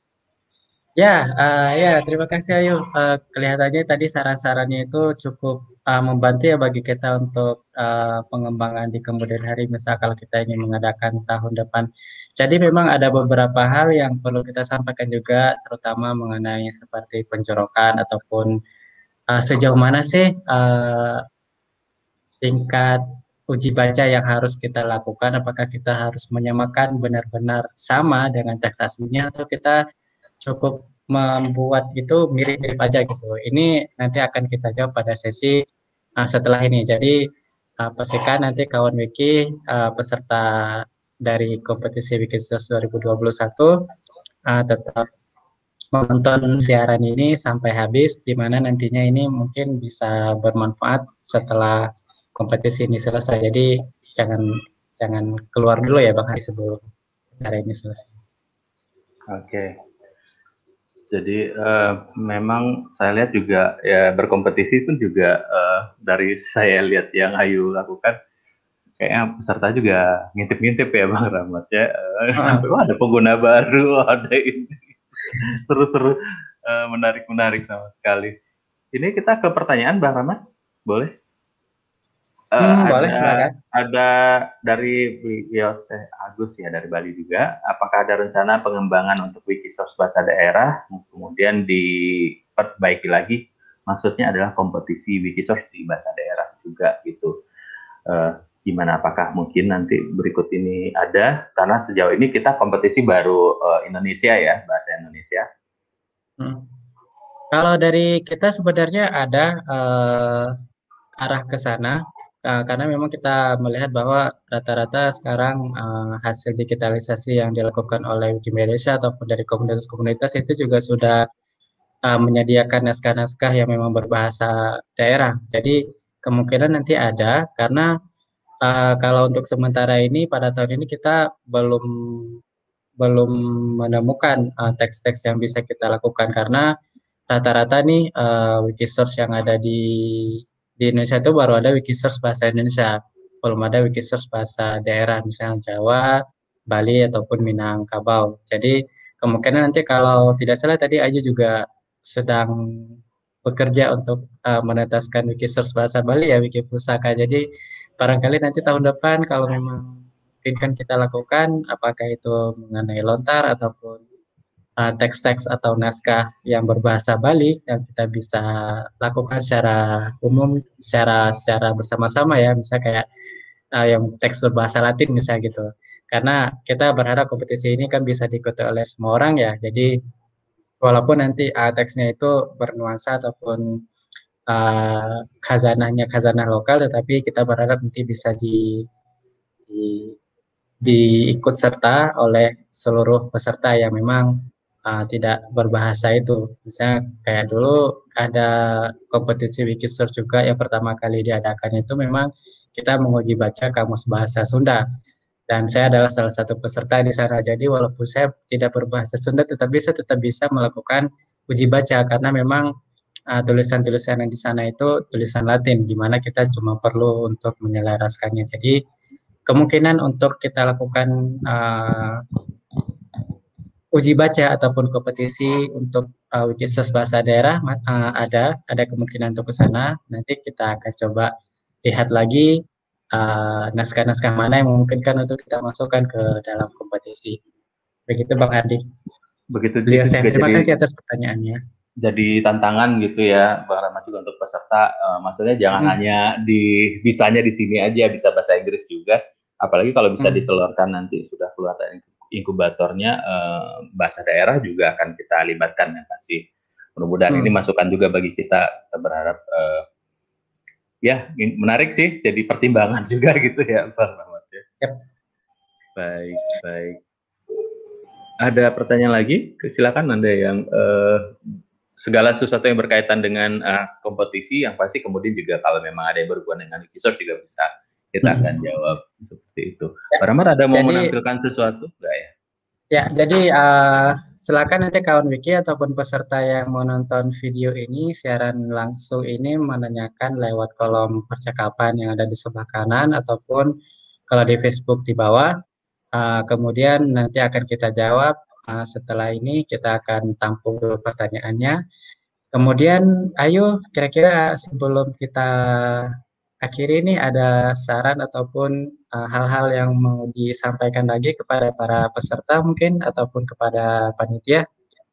Ya, terima kasih Ayu. Kelihatannya tadi saran-sarannya itu cukup membantu ya bagi kita untuk pengembangan di kemudian hari, misal kalau kita ingin mengadakan tahun depan. Jadi memang ada beberapa hal yang perlu kita sampaikan juga, terutama mengenai seperti penjorokan ataupun sejauh mana sih tingkat uji baca yang harus kita lakukan, apakah kita harus menyamakan benar-benar sama dengan teks aslinya atau kita cukup membuat itu mirip-mirip aja gitu. Ini nanti akan kita jawab pada sesi setelah ini. Jadi pastikan nanti kawan Wiki peserta dari kompetisi Wikisource 2021 tetap menonton siaran ini sampai habis, di mana nantinya ini mungkin bisa bermanfaat setelah kompetisi ini selesai. Jadi jangan keluar dulu ya Bang Hari sebelum acara ini selesai. Oke. Jadi memang saya lihat juga ya berkompetisi pun juga dari saya lihat yang Ayu lakukan, kayaknya peserta juga ngintip-ngintip ya Bang Rahmat ya. Sampai ada pengguna baru, ada ini seru-seru, menarik sama sekali. Ini kita ke pertanyaan Bang Rahmat, boleh? Boleh, silakan. Ada dari Yose Agus ya, dari Bali juga. Apakah ada rencana pengembangan untuk Wikisource bahasa daerah, kemudian diperbaiki lagi? Maksudnya adalah kompetisi Wikisource di bahasa daerah juga gitu. Gimana? Apakah mungkin nanti berikut ini ada? Karena sejauh ini kita kompetisi baru Indonesia ya, bahasa Indonesia. Kalau dari kita sebenarnya ada arah ke sana. Karena memang kita melihat bahwa rata-rata sekarang hasil digitalisasi yang dilakukan oleh Wikimedia ataupun dari komunitas-komunitas itu juga sudah menyediakan naskah-naskah yang memang berbahasa daerah. Jadi kemungkinan nanti ada, karena kalau untuk sementara ini pada tahun ini kita belum menemukan teks-teks yang bisa kita lakukan, karena rata-rata nih Wikisource yang ada di Indonesia itu baru ada Wikisource bahasa Indonesia. belum ada Wikisource bahasa daerah, misalnya Jawa, Bali, ataupun Minangkabau. Jadi kemungkinan nanti kalau tidak salah tadi Ayu juga sedang bekerja untuk menetaskan Wikisource bahasa Bali ya, Wiki Pusaka. Jadi barangkali nanti tahun depan kalau memang mungkin kita lakukan, apakah itu mengenai lontar ataupun teks-teks atau naskah yang berbahasa Bali yang kita bisa lakukan secara umum, secara bersama-sama ya, misalnya kayak yang teks berbahasa Latin misalnya gitu. Karena kita berharap kompetisi ini kan bisa diikuti oleh semua orang ya. Jadi walaupun nanti teksnya itu bernuansa ataupun khazanah lokal, tetapi kita berharap nanti bisa di diikut serta oleh seluruh peserta yang memang tidak berbahasa itu. Misalnya kayak dulu ada kompetisi Wikisource juga yang pertama kali diadakan itu memang kita menguji baca kamus bahasa Sunda. Dan saya adalah salah satu peserta di sana. Jadi walaupun saya tidak berbahasa Sunda, tetapi saya tetap bisa melakukan uji baca karena memang tulisan-tulisan yang di sana itu tulisan Latin, di mana kita cuma perlu untuk menyelaraskannya. Jadi kemungkinan untuk kita lakukan uji baca ataupun kompetisi untuk Wikisource bahasa daerah ada kemungkinan untuk ke sana. Nanti kita akan coba lihat lagi naskah-naskah mana yang memungkinkan untuk kita masukkan ke dalam kompetisi. Begitu Bang Ardi. Begitu Beliau juga. Terima kasih atas pertanyaannya. Jadi tantangan gitu ya Bang Rahmat juga untuk peserta, maksudnya jangan hanya bisanya di sini aja, bisa bahasa Inggris juga, apalagi kalau bisa ditelurkan nanti sudah keluar dari inkubatornya, bahasa daerah juga akan kita libatkan ya pasti. Mudah-mudahan ini masukan juga bagi kita berharap ya menarik sih, jadi pertimbangan juga gitu ya Bang Rahmat ya. Yep. Baik. Ada pertanyaan lagi? Silakan Anda yang segala sesuatu yang berkaitan dengan kompetisi, yang pasti kemudian juga kalau memang ada yang berhubungan dengan Wikisource juga bisa kita akan jawab seperti itu. Pak Rahmat ada mau menampilkan sesuatu enggak ya? Ya, jadi silakan nanti kawan Wiki ataupun peserta yang mau nonton video ini siaran langsung ini menanyakan lewat kolom percakapan yang ada di sebelah kanan ataupun kalau di Facebook di bawah. Kemudian nanti akan kita jawab. Setelah ini kita akan tampung dulu pertanyaannya. Kemudian, ayo kira-kira sebelum kita akhiri ini ada saran ataupun hal-hal yang mau disampaikan lagi kepada para peserta mungkin ataupun kepada panitia.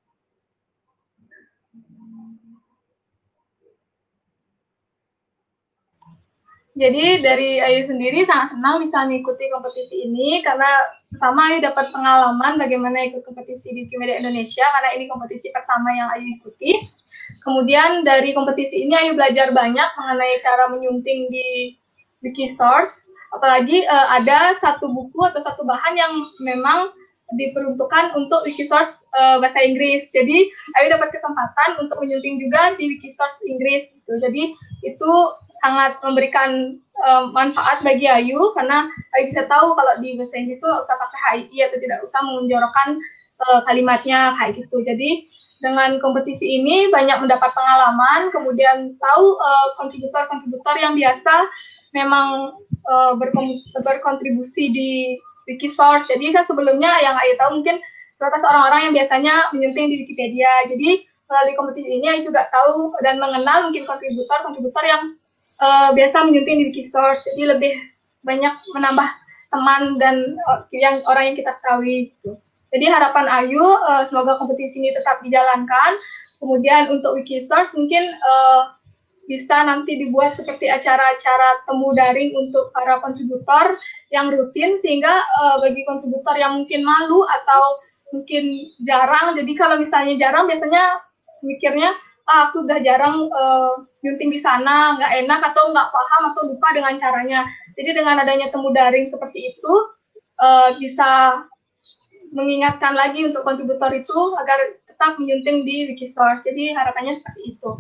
Jadi dari Ayu sendiri sangat senang bisa mengikuti kompetisi ini karena pertama Ayu dapat pengalaman bagaimana ikut kompetisi di Wikimedia Indonesia karena ini kompetisi pertama yang Ayu ikuti. Kemudian dari kompetisi ini Ayu belajar banyak mengenai cara menyunting di Wikisource. Apalagi ada satu buku atau satu bahan yang memang diperuntukkan untuk Wikisource bahasa Inggris. Jadi Ayu dapat kesempatan untuk menyunting juga di Wikisource Inggris. Gitu. Jadi itu sangat memberikan manfaat bagi Ayu karena Ayu bisa tahu kalau di bahasa Inggris itu nggak usah pakai HII atau tidak usah menjorokkan kalimatnya kayak gitu. Jadi dengan kompetisi ini banyak mendapat pengalaman, kemudian tahu kontributor-kontributor yang biasa memang berkontribusi di Wikisource. Jadi kan sebelumnya yang Ayu tahu mungkin sebatas orang-orang yang biasanya menyunting di Wikipedia. Jadi melalui kompetisi ini Ayu juga tahu dan mengenal mungkin kontributor-kontributor yang biasa menyunting di Wikisource. Jadi lebih banyak menambah teman dan orang yang kita ketahui. Gitu. Jadi harapan Ayu semoga kompetisi ini tetap dijalankan. Kemudian untuk Wikisource mungkin bisa nanti dibuat seperti acara-acara temu daring untuk para kontributor yang rutin sehingga bagi kontributor yang mungkin malu atau mungkin jarang. Jadi kalau misalnya jarang biasanya mikirnya aku udah jarang nyunting di sana, nggak enak atau nggak paham atau lupa dengan caranya. Jadi dengan adanya temu daring seperti itu bisa mengingatkan lagi untuk kontributor itu agar tetap menyunting di Wikisource. Jadi harapannya seperti itu.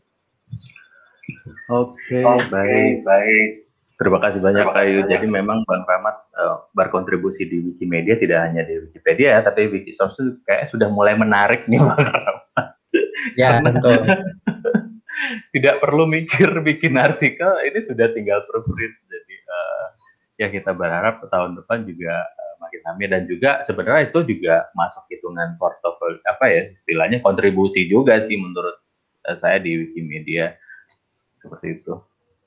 Oke, baik. Terima kasih banyak Ayu. Jadi memang Bang Rahmat berkontribusi di Wikimedia tidak hanya di Wikipedia ya, tapi Wikisource itu kayak sudah mulai menarik nih Bang Rahmat. Ya, betul. Tidak perlu mikir bikin artikel, ini sudah tinggal proofread. Jadi ya kita berharap tahun depan juga makin rame, dan juga sebenarnya itu juga masuk hitungan portofolio, apa ya istilahnya, kontribusi juga sih menurut saya di Wikimedia seperti itu.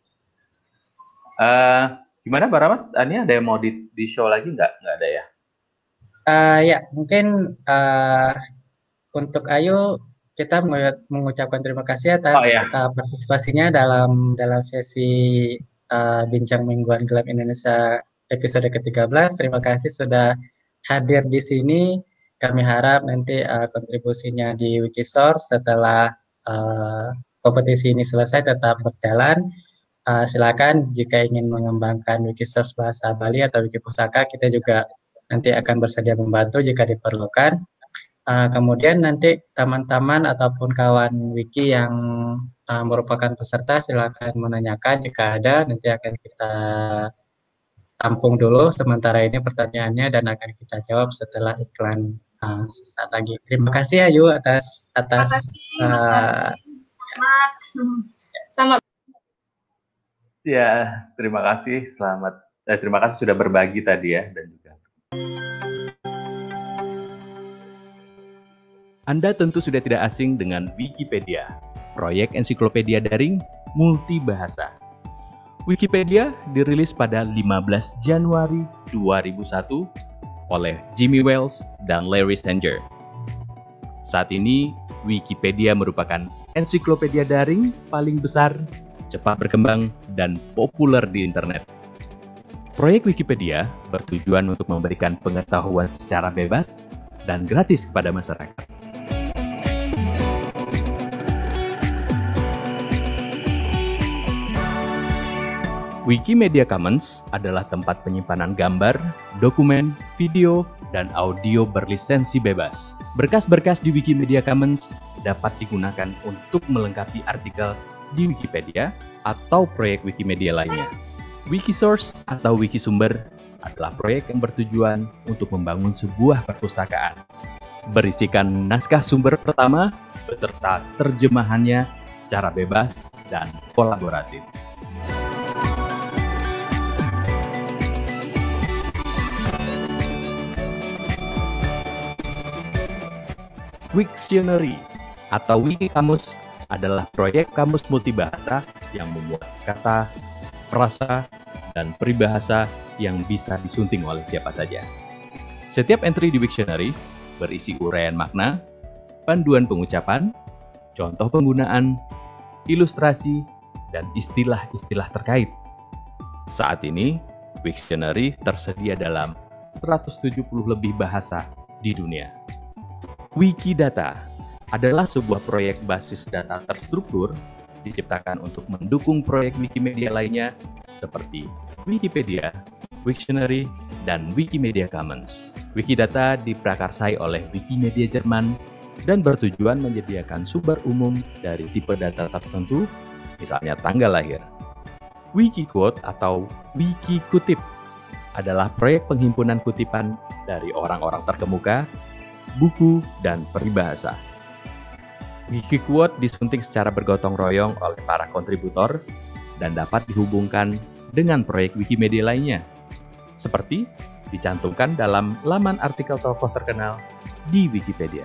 Gimana Mbak Rahmat? Ini ada yang mau di show lagi nggak? Nggak ada ya? Ya, mungkin untuk Ayu kita mengucapkan terima kasih atas partisipasinya dalam sesi Bincang Mingguan Gelap Indonesia episode ke-13. Terima kasih sudah hadir di sini. Kami harap nanti kontribusinya di Wikisource setelah kompetisi ini selesai tetap berjalan. Silakan jika ingin mengembangkan Wikisource bahasa Bali atau Wikipusaka, kita juga nanti akan bersedia membantu jika diperlukan. Kemudian nanti teman-teman ataupun kawan Wiki yang merupakan peserta silakan menanyakan jika ada, nanti akan kita tampung dulu sementara ini pertanyaannya dan akan kita jawab setelah iklan sesaat lagi. Terima kasih Ayu atas Selamat. Ya, terima kasih. Terima kasih sudah berbagi tadi ya, dan juga Anda tentu sudah tidak asing dengan Wikipedia, proyek ensiklopedia daring multibahasa. Wikipedia dirilis pada 15 Januari 2001 oleh Jimmy Wales dan Larry Sanger. Saat ini, Wikipedia merupakan ensiklopedia daring paling besar, cepat berkembang, dan populer di internet. Proyek Wikipedia bertujuan untuk memberikan pengetahuan secara bebas dan gratis kepada masyarakat. Wikimedia Commons adalah tempat penyimpanan gambar, dokumen, video, dan audio berlisensi bebas. Berkas-berkas di Wikimedia Commons dapat digunakan untuk melengkapi artikel di Wikipedia atau proyek Wikimedia lainnya. Wikisource atau Wikisumber adalah proyek yang bertujuan untuk membangun sebuah perpustakaan. Berisikan naskah sumber pertama beserta terjemahannya secara bebas dan kolaboratif. Wiktionary atau Wikikamus adalah proyek kamus multibahasa yang memuat kata, frasa, dan peribahasa yang bisa disunting oleh siapa saja. Setiap entry di Wiktionary berisi uraian makna, panduan pengucapan, contoh penggunaan, ilustrasi, dan istilah-istilah terkait. Saat ini, Wiktionary tersedia dalam 170 lebih bahasa di dunia. Wikidata adalah sebuah proyek basis data terstruktur diciptakan untuk mendukung proyek Wikimedia lainnya seperti Wikipedia, Wiktionary, dan Wikimedia Commons. Wikidata diprakarsai oleh Wikimedia Jerman dan bertujuan menyediakan sumber umum dari tipe data tertentu, misalnya tanggal lahir. Wikiquote atau Wikikutip adalah proyek penghimpunan kutipan dari orang-orang terkemuka, buku, dan peribahasa. Wikiquote disunting secara bergotong royong oleh para kontributor dan dapat dihubungkan dengan proyek Wikimedia lainnya, seperti dicantumkan dalam laman artikel tokoh terkenal di Wikipedia.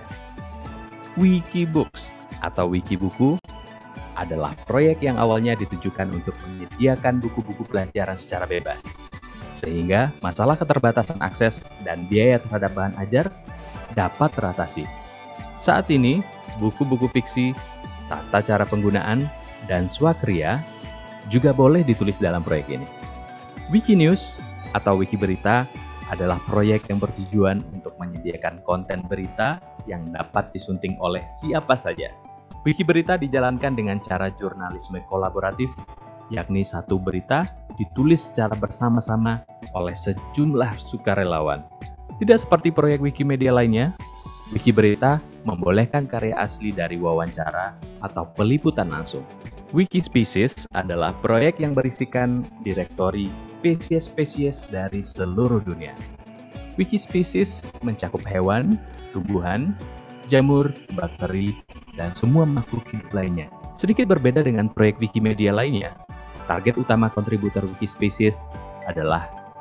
Wikibooks atau Wikibuku adalah proyek yang awalnya ditujukan untuk menyediakan buku-buku pelajaran secara bebas, sehingga masalah keterbatasan akses dan biaya terhadap bahan ajar dapat teratasi. Saat ini, buku-buku fiksi, tata cara penggunaan, dan swakriya juga boleh ditulis dalam proyek ini. Wikinews atau Wikiberita adalah proyek yang bertujuan untuk menyediakan konten berita yang dapat disunting oleh siapa saja. Wikiberita dijalankan dengan cara jurnalisme kolaboratif, yakni satu berita ditulis secara bersama-sama oleh sejumlah sukarelawan. Tidak seperti proyek Wikimedia lainnya, Wikiberita membolehkan karya asli dari wawancara atau peliputan langsung. Wikispecies adalah proyek yang berisikan direktori spesies-spesies dari seluruh dunia. Wikispecies mencakup hewan, tumbuhan, jamur, bakteri, dan semua makhluk hidup lainnya. Sedikit berbeda dengan proyek Wikimedia lainnya, target utama kontributor Wikispecies adalah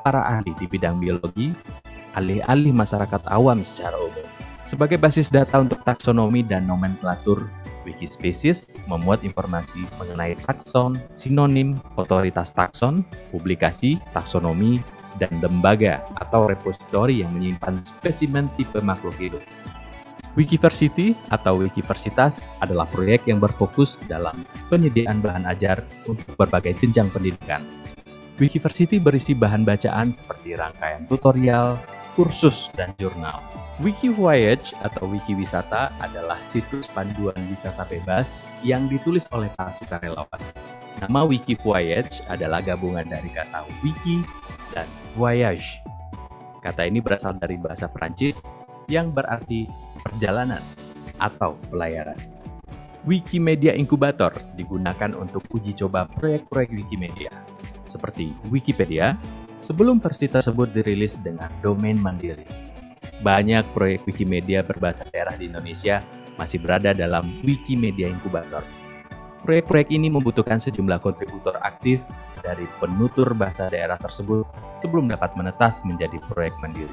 para ahli di bidang biologi, alih-alih masyarakat awam secara umum. Sebagai basis data untuk taksonomi dan nomenklatur, Wikispecies memuat informasi mengenai takson, sinonim, otoritas takson, publikasi, taksonomi, dan lembaga atau repositori yang menyimpan spesimen tipe makhluk hidup. Wikiversity atau Wikiversitas adalah proyek yang berfokus dalam penyediaan bahan ajar untuk berbagai jenjang pendidikan. Wikiversity berisi bahan bacaan seperti rangkaian tutorial, kursus, dan jurnal. Wikivoyage atau Wikiwisata adalah situs panduan wisata bebas yang ditulis oleh para sukarelawan. Nama Wikivoyage adalah gabungan dari kata wiki dan voyage. Kata ini berasal dari bahasa Prancis yang berarti perjalanan atau pelayaran. Wikimedia Inkubator digunakan untuk uji coba proyek-proyek Wikimedia, seperti Wikipedia, sebelum versi tersebut dirilis dengan domain mandiri. Banyak proyek Wikimedia berbahasa daerah di Indonesia masih berada dalam Wikimedia Inkubator. Proyek-proyek ini membutuhkan sejumlah kontributor aktif dari penutur bahasa daerah tersebut sebelum dapat menetas menjadi proyek mandiri.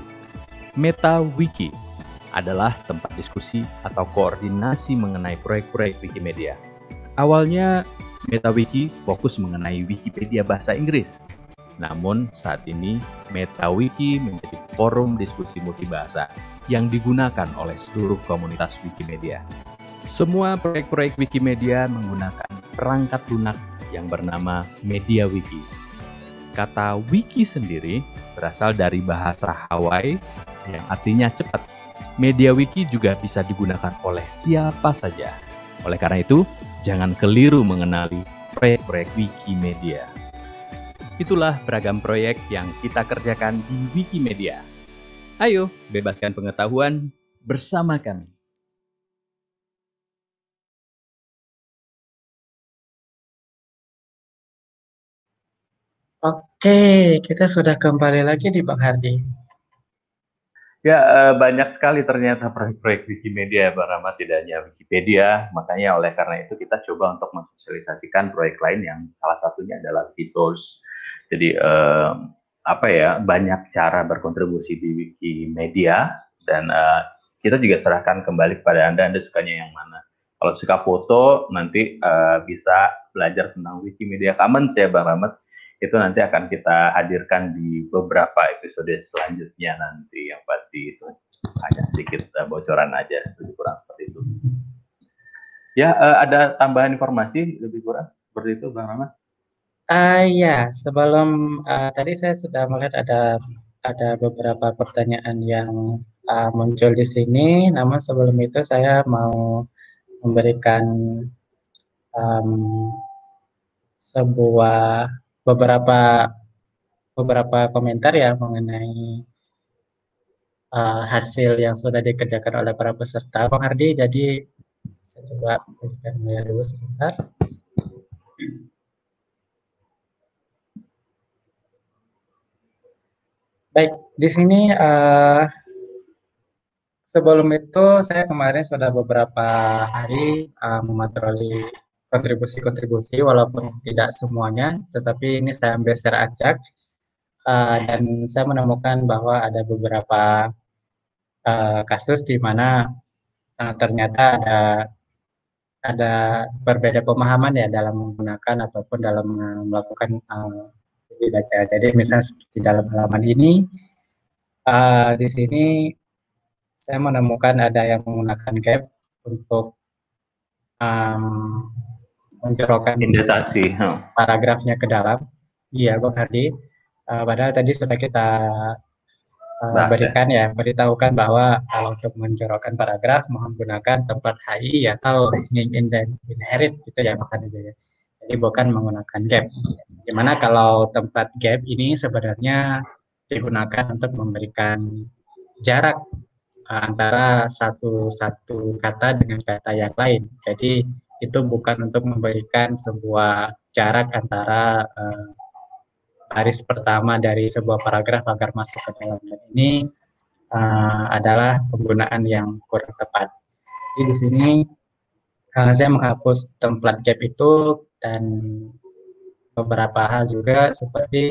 MetaWiki adalah tempat diskusi atau koordinasi mengenai proyek-proyek Wikimedia. Awalnya, MetaWiki fokus mengenai Wikipedia bahasa Inggris. Namun, saat ini MetaWiki menjadi forum diskusi multibahasa yang digunakan oleh seluruh komunitas Wikimedia. Semua proyek-proyek Wikimedia menggunakan perangkat lunak yang bernama MediaWiki. Kata wiki sendiri berasal dari bahasa Hawaii yang artinya cepat. MediaWiki juga bisa digunakan oleh siapa saja. Oleh karena itu, jangan keliru mengenali proyek-proyek Wikimedia. Itulah beragam proyek yang kita kerjakan di Wikimedia. Ayo, bebaskan pengetahuan bersama kami. Oke, kita sudah kembali lagi di Bang Hardi. Ya, banyak sekali ternyata proyek-proyek Wikimedia, Bang Rahmat, tidak hanya Wikipedia. Makanya oleh karena itu kita coba untuk mensosialisasikan proyek lain yang salah satunya adalah Wikisource. Jadi banyak cara berkontribusi di Wikimedia dan kita juga serahkan kembali kepada Anda sukanya yang mana. Kalau suka foto nanti bisa belajar tentang Wikimedia Commons ya Bang Rahmat. Itu nanti akan kita hadirkan di beberapa episode selanjutnya nanti, yang pasti itu hanya sedikit bocoran aja, lebih kurang seperti itu. Ya, ada tambahan informasi lebih kurang seperti itu Bang Rahmat? Ya, sebelum tadi saya sudah melihat ada beberapa pertanyaan yang muncul di sini. Namun sebelum itu saya mau memberikan beberapa komentar ya mengenai hasil yang sudah dikerjakan oleh para peserta, Bang Hardi. Jadi saya coba berikan layar dulu sebentar. Baik, di sini sebelum itu saya kemarin sudah beberapa hari mematroli kontribusi-kontribusi, walaupun tidak semuanya, tetapi ini saya ambil secara acak dan saya menemukan bahwa ada beberapa kasus di mana ternyata ada berbeda pemahaman ya dalam menggunakan ataupun dalam melakukan baca. Jadi misalnya seperti dalam halaman ini, di sini saya menemukan ada yang menggunakan gap untuk menjorokkan indentasi paragrafnya ke dalam. Iya, Bang Hardi. Padahal tadi sudah kita beritahukan bahwa kalau untuk menjorokkan paragraf menggunakan tempat HI atau inherit gitu ya, makanya jadi bukan menggunakan gap. Dimana kalau tempat gap ini sebenarnya digunakan untuk memberikan jarak antara satu kata dengan kata yang lain. Jadi itu bukan untuk memberikan sebuah jarak antara baris pertama dari sebuah paragraf agar masuk ke dalam. Ini adalah penggunaan yang kurang tepat. Jadi di sini saya menghapus template gap itu dan beberapa hal juga seperti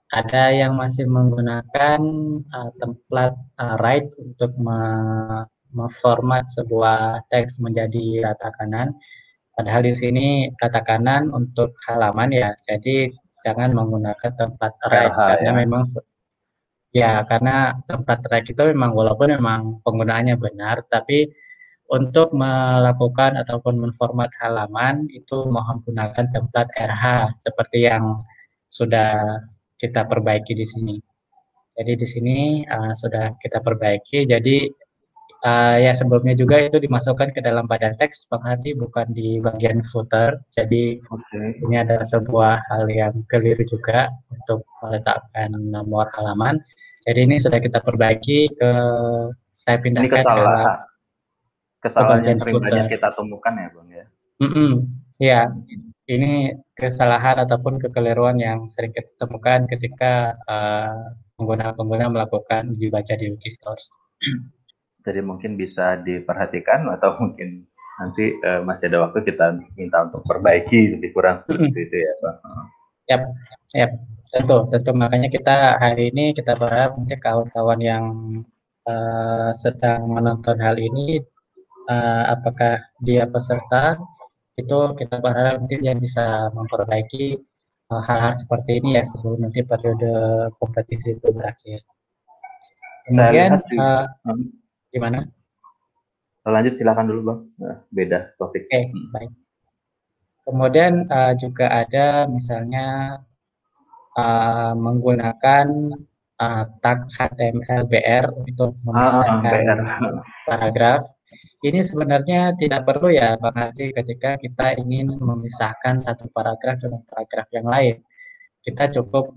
ada yang masih menggunakan template write untuk memformat sebuah teks menjadi rata kanan. Padahal di sini rata kanan untuk halaman ya, jadi jangan menggunakan template write RH karena ya. memang ya karena template write itu memang walaupun memang penggunaannya benar, tapi untuk melakukan ataupun menformat halaman itu mohon gunakan template RH seperti yang sudah kita perbaiki di sini. Jadi di sini sudah kita perbaiki. Jadi ya sebelumnya juga itu dimasukkan ke dalam badan teks, Bang Hardi, bukan di bagian footer. Jadi ini ada sebuah hal yang keliru juga untuk meletakkan nomor halaman. Jadi ini sudah kita perbaiki saya Ini pindahkan ke kesalahan yang bagian sering footer. banyak kita temukan ya Bang ya. Ya, ini kesalahan ataupun kekeliruan yang sering kita temukan ketika pengguna-pengguna melakukan uji baca di Wikisource. Jadi mungkin bisa diperhatikan atau mungkin nanti masih ada waktu kita minta untuk perbaiki lebih kurang seperti itu ya Bang. Yap, tentu makanya kita hari ini kita berharap nanti kawan-kawan yang sedang menonton hal ini apakah dia peserta itu kita berharap nanti dia bisa memperbaiki hal-hal seperti ini ya sebelum nanti periode kompetisi itu berakhir. Kemudian gimana? Lanjut silakan dulu Bang. Beda topik. Oke, baik. Kemudian juga ada misalnya menggunakan tag HTML BR untuk memisahkan paragraf. Ini sebenarnya tidak perlu ya Bang Hardi ketika kita ingin memisahkan satu paragraf dengan paragraf yang lain. Kita cukup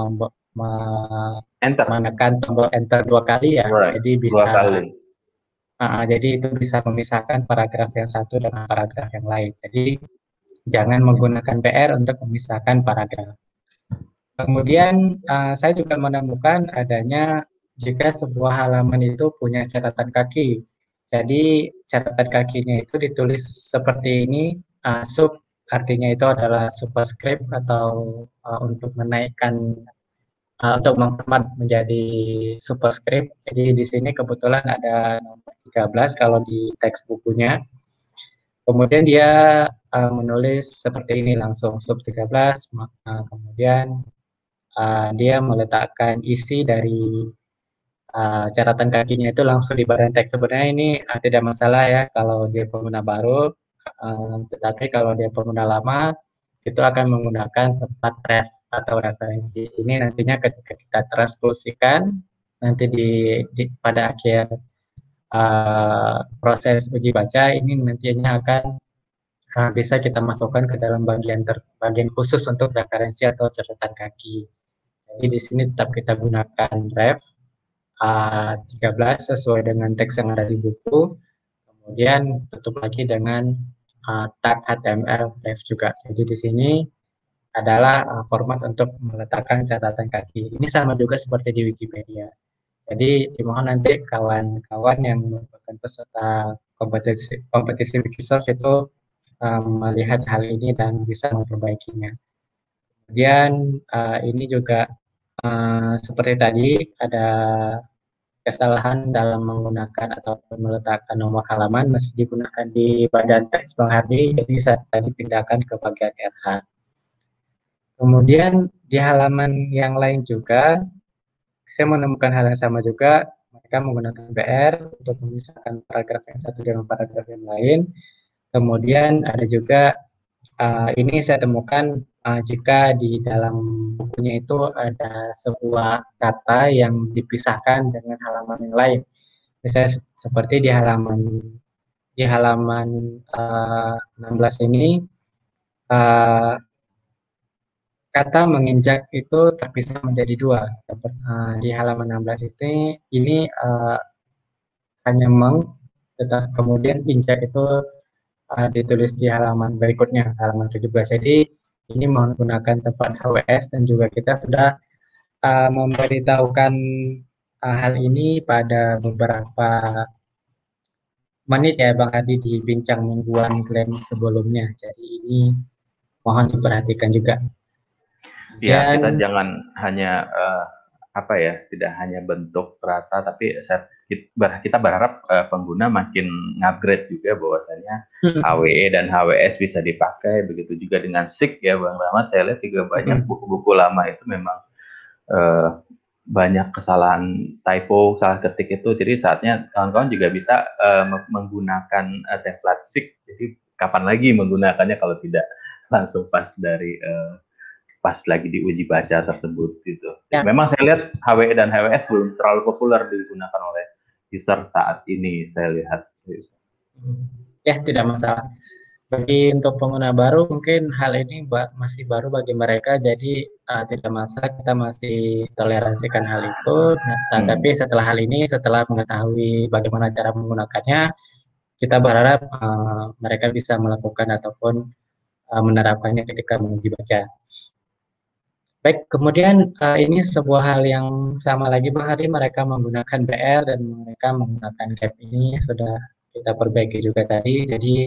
menekan tombol enter 2 kali ya. Jadi bisa jadi itu bisa memisahkan paragraf yang satu dengan paragraf yang lain. Jadi jangan menggunakan BR untuk memisahkan paragraf. Kemudian saya juga menemukan adanya jika sebuah halaman itu punya catatan kaki. Jadi catatan kakinya itu ditulis seperti ini, sub artinya itu adalah superscript atau untuk menaikkan untuk memformat menjadi superscript. Jadi di sini kebetulan ada nomor 13 kalau di teks bukunya. Kemudian dia menulis seperti ini langsung sub 13, kemudian dia meletakkan isi dari catatan kakinya itu langsung di badan teks. Sebenarnya ini tidak masalah ya kalau dia pengguna baru, tetapi kalau dia pengguna lama itu akan menggunakan tempat ref atau referensi. Ini nantinya ketika kita transkripsikan nanti pada akhir proses uji baca ini nantinya akan bisa kita masukkan ke dalam bagian khusus untuk referensi atau catatan kaki. Jadi di sini tetap kita gunakan ref 13 sesuai dengan teks yang ada di buku. Kemudian tutup lagi dengan tag HTML ref juga. Jadi di sini adalah format untuk meletakkan catatan kaki. Ini sama juga seperti di Wikipedia. Jadi dimohon nanti kawan-kawan yang merupakan peserta kompetisi Wikisource itu melihat hal ini dan bisa memperbaikinya. Kemudian ini juga seperti tadi ada kesalahan dalam menggunakan ataupun meletakkan nomor halaman masih digunakan di badan teks Bang Hardi, jadi saya tadi pindahkan ke bagian RH. Kemudian di halaman yang lain juga saya menemukan hal yang sama juga, mereka menggunakan BR untuk memisahkan paragraf yang satu dengan paragraf yang lain. Kemudian ada juga ini saya temukan jika di dalam bukunya itu ada sebuah kata yang dipisahkan dengan halaman yang lain. Misalnya seperti di halaman 16 ini kata menginjak itu terpisah menjadi dua. Di halaman 16 ini hanya tetapi kemudian injak itu ditulis di halaman berikutnya, halaman 17. Jadi ini menggunakan tempat HWS dan juga kita sudah memberitahukan hal ini pada beberapa menit ya Bang Hadi di bincang mingguan klaim sebelumnya. Jadi ini mohon diperhatikan juga. Ya, kita jangan hanya apa ya, tidak hanya bentuk rata, tapi kita berharap pengguna makin ngupgrade juga bahwasanya HWE dan HWS bisa dipakai, begitu juga dengan SIG ya Bang Rahmat. Saya lihat juga banyak buku-buku lama itu memang banyak kesalahan typo, salah ketik itu. Jadi saatnya kawan-kawan juga bisa menggunakan template SIG. Jadi kapan lagi menggunakannya kalau tidak langsung pas dari pas lagi diuji baca tersebut gitu. Ya. Memang saya lihat HWE dan HWS belum terlalu populer digunakan oleh user saat ini, saya lihat. Ya, tidak masalah. Bagi untuk pengguna baru mungkin hal ini masih baru bagi mereka, jadi tidak masalah, kita masih toleransikan hal itu. Tapi setelah hal ini, setelah mengetahui bagaimana cara menggunakannya, kita berharap mereka bisa melakukan ataupun menerapkannya ketika menguji baca. Baik, kemudian ini sebuah hal yang sama lagi Bang Hadi, mereka menggunakan BR dan mereka menggunakan CAP ini sudah kita perbaiki juga tadi. Jadi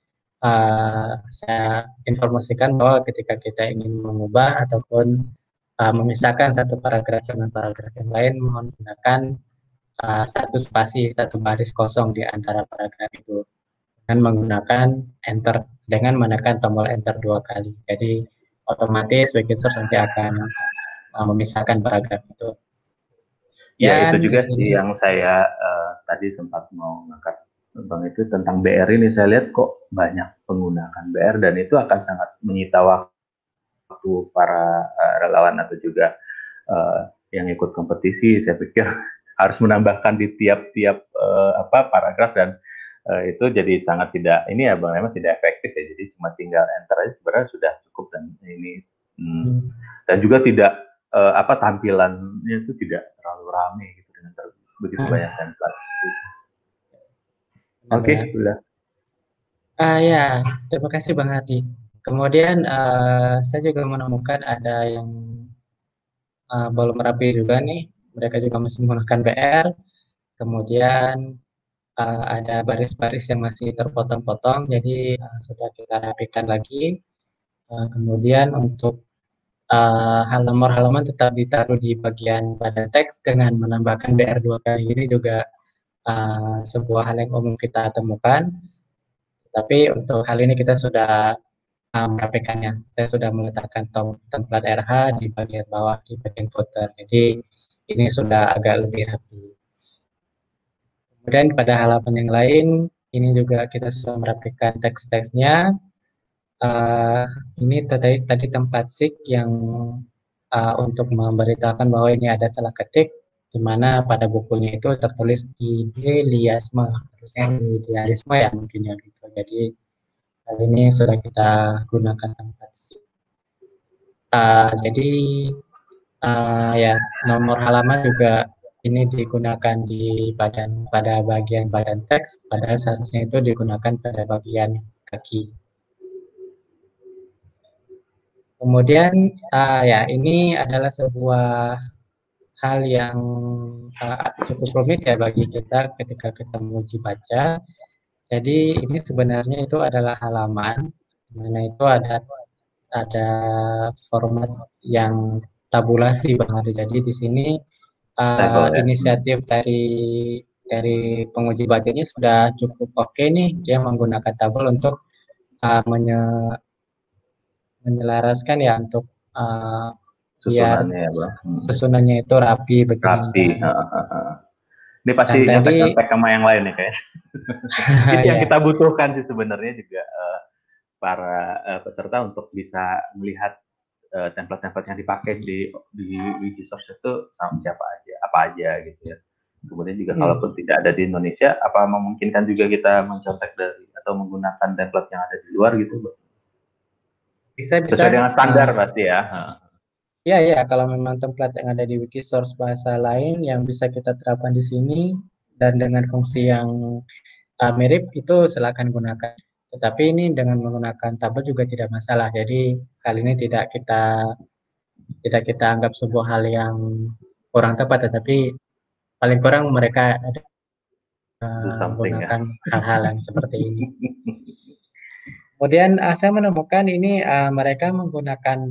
saya informasikan bahwa ketika kita ingin mengubah ataupun memisahkan satu paragraf dengan paragraf yang lain, mohon gunakan satu spasi, satu baris kosong di antara paragraf itu dengan menggunakan enter, dengan menekan tombol enter 2 kali. Jadi otomatis Wikisource nanti akan memisahkan paragraf itu. Ya, itu juga sih yang saya tadi sempat mau ngangkat Bang itu tentang BR ini. Saya lihat kok banyak menggunakan BR dan itu akan sangat menyita waktu para relawan atau juga yang ikut kompetisi. Saya pikir harus menambahkan di tiap-tiap paragraf dan itu jadi sangat tidak ini ya Bang, memang tidak efektif ya. Jadi cuma tinggal enter aja sebenarnya sudah cukup dan ini dan juga tidak tampilannya itu tidak terlalu rame gitu dengan begitu banyak template. Oke, sudah. Ya, terima kasih Bang Hadi. Kemudian saya juga menemukan ada yang belum rapi juga nih. Mereka juga masih menggunakan BR. Kemudian ada baris-baris yang masih terpotong-potong, jadi sudah kita rapikan lagi. Kemudian untuk halaman tetap ditaruh di bagian pada teks dengan menambahkan BR 2 kali. Ini juga sebuah hal yang umum kita temukan. Tapi untuk hal ini kita sudah merapikannya. Saya sudah meletakkan template RH di bagian bawah, di bagian footer. Jadi ini sudah agak lebih rapi. Kemudian pada halaman yang lain, ini juga kita sudah merapikan teks-teksnya. Ini tadi tempat SIG yang untuk memberitakan bahwa ini ada salah ketik, di mana pada bukunya itu tertulis idealisme, harusnya idealisme ya mungkin ya gitu. Jadi hal ini sudah kita gunakan tempat SIG. Jadi ya nomor halaman juga ini digunakan di pada bagian badan teks, padahal seharusnya itu digunakan pada bagian kaki. Kemudian ya ini adalah sebuah hal yang cukup rumit ya bagi kita ketika kita menguji baca. Jadi ini sebenarnya itu adalah halaman, mana itu ada format yang tabulasi Bang Hari. Jadi di sini inisiatif dari penguji bacanya sudah cukup oke nih, dia menggunakan tabel untuk menyelaraskan ya untuk biar susunannya itu rapi begini. Ini pasti nyontek-nyontek sama yang lain nih kayak. Itu yang kita butuhkan sih sebenarnya juga para peserta untuk bisa melihat template-template yang dipakai di Wikisource itu sama siapa aja, apa aja gitu ya. Kemudian juga kalaupun tidak ada di Indonesia, apa memungkinkan juga kita mencontek dari atau menggunakan template yang ada di luar gitu, Bang? Bisa. Sesuai dengan standar pasti ya. Ya, kalau memang template yang ada di Wikisource bahasa lain yang bisa kita terapkan di sini dan dengan fungsi yang mirip itu silakan gunakan. Tetapi ini dengan menggunakan tabel juga tidak masalah. Jadi hal ini tidak kita anggap sebuah hal yang kurang tepat, tetapi paling kurang mereka ada menggunakan hal-hal yang seperti ini. Kemudian saya menemukan ini mereka menggunakan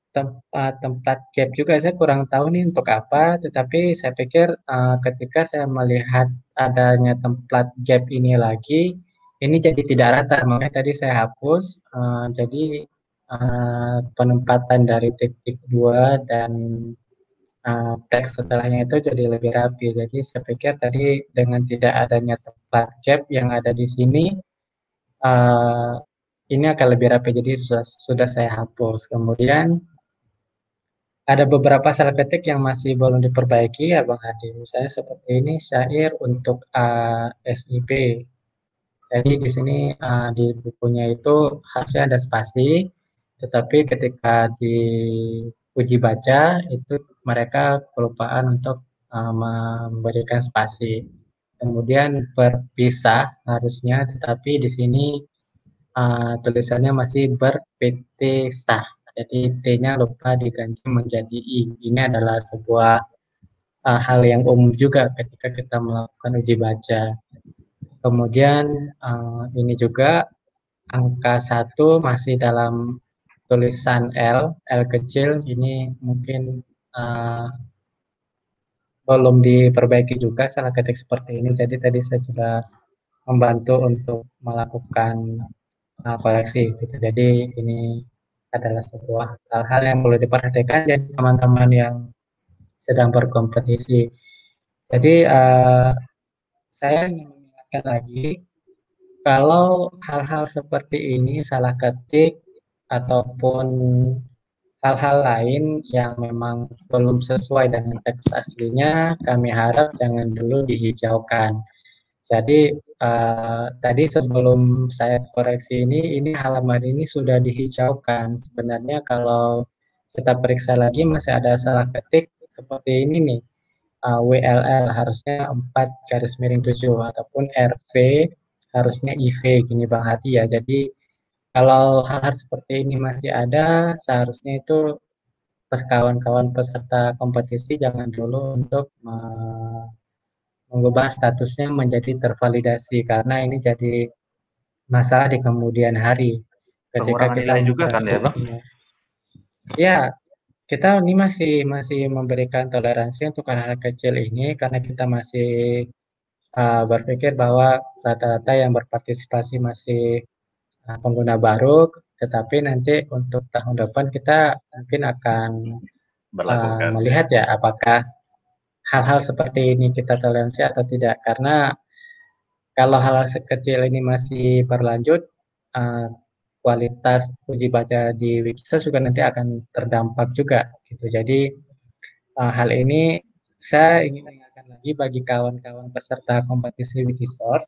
tempat gap juga saya kurang tahu nih untuk apa, tetapi saya pikir ketika saya melihat adanya tempat gap ini lagi, ini jadi tidak rata. Makanya tadi saya hapus, jadi penempatan dari titik 2 dan teks setelahnya itu jadi lebih rapi. Jadi saya pikir tadi dengan tidak adanya tempat gap yang ada di sini, uh, ini akan lebih rapi. Jadi sudah saya hapus. Kemudian ada beberapa salah ketik yang masih belum diperbaiki ya Bang Hadi. Misalnya seperti ini syair untuk SIP. Jadi di sini di bukunya itu harusnya ada spasi, tetapi ketika di uji baca itu mereka kelupaan untuk memberikan spasi. Kemudian berpisah harusnya, tetapi di sini tulisannya masih berpisah. Jadi T-nya lupa diganti menjadi I. Ini adalah sebuah hal yang umum juga ketika kita melakukan uji baca. Kemudian ini juga angka 1 masih dalam tulisan L kecil. Ini mungkin belum diperbaiki juga salah ketik seperti ini. Jadi tadi saya sudah membantu untuk melakukan koreksi gitu. Jadi ini adalah sebuah hal-hal yang perlu diperhatikan jadi teman-teman yang sedang berkompetisi. Jadi saya ingin mengingatkan lagi kalau hal-hal seperti ini salah ketik ataupun hal-hal lain yang memang belum sesuai dengan teks aslinya, kami harap jangan dulu dihijaukan. Jadi tadi sebelum saya koreksi ini halaman ini sudah dihijaukan. Sebenarnya kalau kita periksa lagi masih ada salah ketik seperti ini nih. WLL harusnya 4 garis miring 7 ataupun RV harusnya IV gini Bang Hadi ya. Jadi kalau hal-hal seperti ini masih ada, seharusnya itu kawan-kawan peserta kompetisi jangan dulu untuk mengubah statusnya menjadi tervalidasi karena ini jadi masalah di kemudian hari ketika Pengurangan kita nilai juga kan ya Bang? Ya, kita ini masih memberikan toleransi untuk hal-hal kecil ini karena kita masih berpikir bahwa rata-rata yang berpartisipasi masih pengguna baru, tetapi nanti untuk tahun depan kita mungkin akan melihat ya apakah hal-hal seperti ini kita toleransi atau tidak. Karena kalau hal-hal sekecil ini masih berlanjut, kualitas uji baca di Wikisa juga nanti akan terdampak juga. Gitu. Jadi hal ini saya ingin mengingatkan lagi bagi kawan-kawan peserta kompetisi Wikisource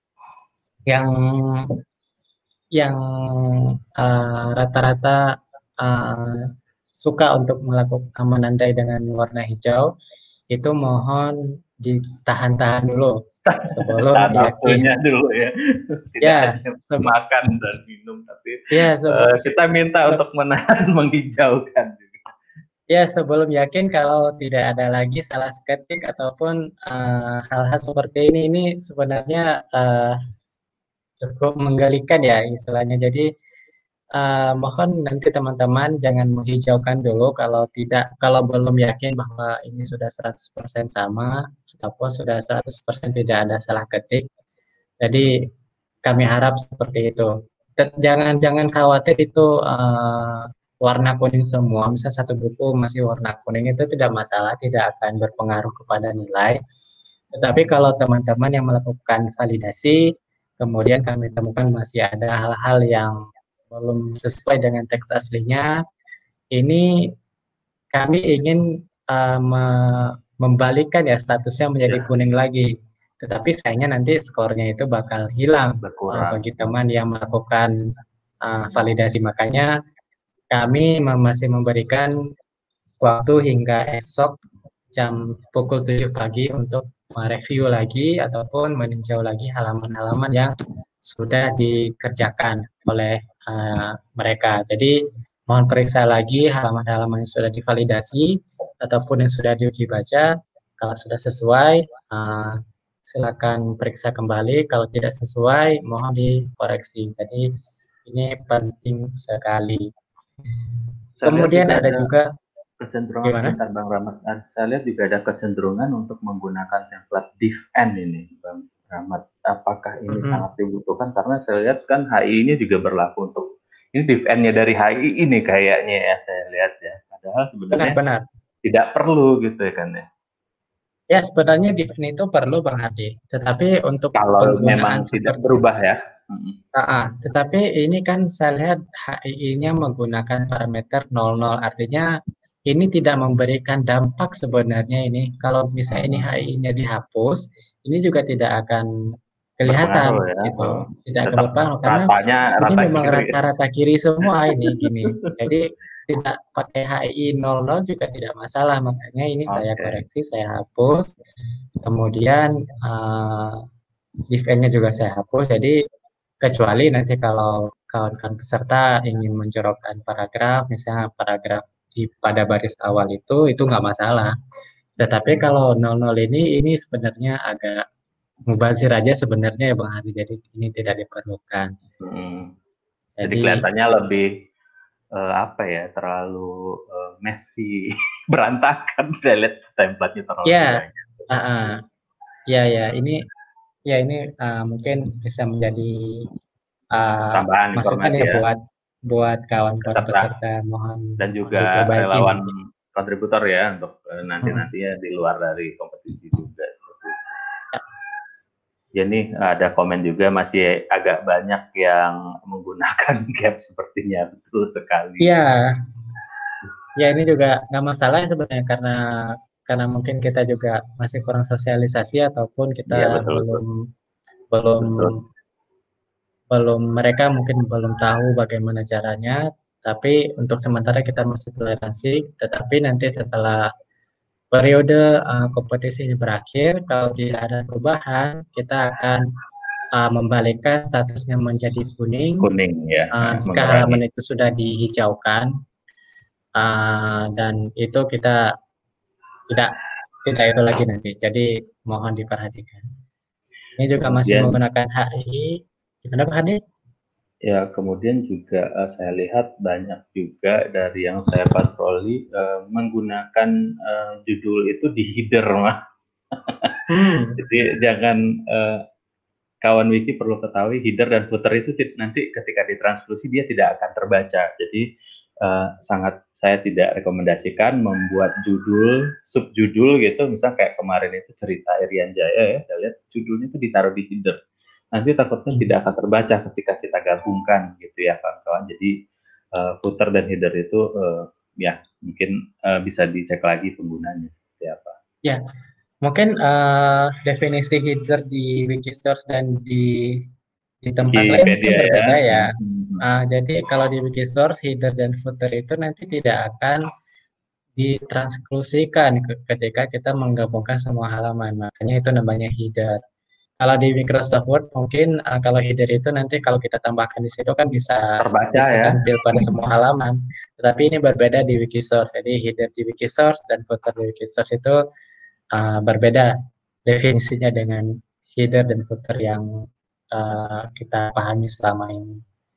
yang rata-rata suka untuk melakukan menandai dengan warna hijau, itu mohon ditahan-tahan dulu sebelum yakin dulu ya. Tidak hanya makan dan minum, tapi kita minta untuk menahan menghijaukan juga. Ya, sebelum yakin kalau tidak ada lagi salah ketik ataupun hal-hal seperti ini sebenarnya cukup menggelikan ya istilahnya. Jadi mohon nanti teman-teman jangan menghijaukan dulu kalau belum yakin bahwa ini sudah 100% sama ataupun sudah 100% tidak ada salah ketik. Jadi kami harap seperti itu. Jangan khawatir itu warna kuning semua. Misalnya satu buku masih warna kuning itu tidak masalah, tidak akan berpengaruh kepada nilai. Tetapi kalau teman-teman yang melakukan validasi kemudian kami temukan masih ada hal-hal yang belum sesuai dengan teks aslinya, ini kami ingin membalikan ya statusnya menjadi kuning lagi. Tetapi sayangnya nanti skornya itu bakal hilang bagi teman yang melakukan validasi. Makanya kami masih memberikan waktu hingga esok jam pukul 7 pagi untuk mereview lagi ataupun meninjau lagi halaman-halaman yang sudah dikerjakan oleh mereka. Jadi mohon periksa lagi halaman-halaman yang sudah divalidasi ataupun yang sudah diuji baca. Kalau sudah sesuai, silakan periksa kembali. Kalau tidak sesuai, mohon dikoreksi. Jadi ini penting sekali. Kemudian ada juga kecenderungan, sebentar Bang Rahmat, saya lihat juga ada kecenderungan untuk menggunakan template div-n ini, Bang Rahmat. Apakah ini sangat dibutuhkan? Karena saya lihat kan HI ini juga berlaku untuk, ini div-n-nya dari HI ini kayaknya ya, saya lihat ya. Padahal sebenarnya benar. Tidak perlu gitu ya kan ya. Ya, sebenarnya div-n itu perlu Bang Hadi, tetapi untuk kalau memang tidak berubah ya. Tetapi ini kan saya lihat HII-nya menggunakan parameter 00, artinya ini tidak memberikan dampak sebenarnya ini. Kalau misalnya ini HII-nya dihapus, ini juga tidak akan kelihatan ya. gitu. Tidak akan berpengaruh karena ini memang rata-rata kiri semua ini gini. Jadi tidak pakai HII 00 juga tidak masalah, makanya ini saya koreksi, saya hapus. Kemudian div-n-nya juga saya hapus. Jadi kecuali nanti kalau kawan-kawan peserta ingin menjorokkan paragraf, misalnya paragraf pada baris awal itu nggak masalah. Tetapi kalau 00 ini sebenarnya agak mubazir aja sebenarnya ya Bang Hadi, jadi ini tidak diperlukan. Jadi kelihatannya lebih apa ya, terlalu messy, berantakan, lihat template-nya terlalu banyak. Ini mungkin bisa menjadi tambahan masukan informasi ya buat kawan-kawan peserta, mohon dan juga relawan kontributor ya untuk nanti-nantinya di luar dari kompetisi juga. Jadi ada komen juga masih agak banyak yang menggunakan gap sepertinya, betul sekali. Iya, ya ini juga nggak masalah sebenarnya karena mungkin kita juga masih kurang sosialisasi ataupun kita belum mereka mungkin belum tahu bagaimana caranya. Tapi untuk sementara kita masih toleransi. Tetapi nanti setelah periode kompetisi ini berakhir, kalau tidak ada perubahan, kita akan membalikkan statusnya menjadi kuning. Ya. Jika halaman itu sudah dihijaukan, dan itu kita tidak itu lagi nanti. Jadi mohon diperhatikan. Ini juga masih menggunakan HI. Gimana Pak Hadi? Ya, kemudian juga saya lihat banyak juga dari yang saya patroli menggunakan judul itu di header mah. Jadi jangan kawan wiki perlu ketahui header dan footer itu nanti ketika ditranskripsi dia tidak akan terbaca. Jadi sangat saya tidak rekomendasikan membuat judul, subjudul gitu, misal kayak kemarin itu cerita Irian Jaya ya, saya lihat judulnya itu ditaruh di header. Nanti takutnya tidak akan terbaca ketika kita gabungkan gitu ya kawan-kawan. Jadi footer dan header itu ya mungkin bisa dicek lagi penggunanya seperti apa. Ya, mungkin definisi header di Wikistores dan di tempat lain mungkin berbeda ya. Jadi kalau di Wikistores header dan footer itu nanti tidak akan ditranskripsikan ketika kita menggabungkan semua halaman. Makanya itu namanya header. Kalau di Microsoft Word mungkin kalau header itu nanti kalau kita tambahkan di situ kan bisa terbaca ya, tampil pada semua halaman. Tetapi ini berbeda di Wikisource. Jadi header di Wikisource dan footer di Wikisource itu berbeda definisinya dengan header dan footer yang kita pahami selama ini.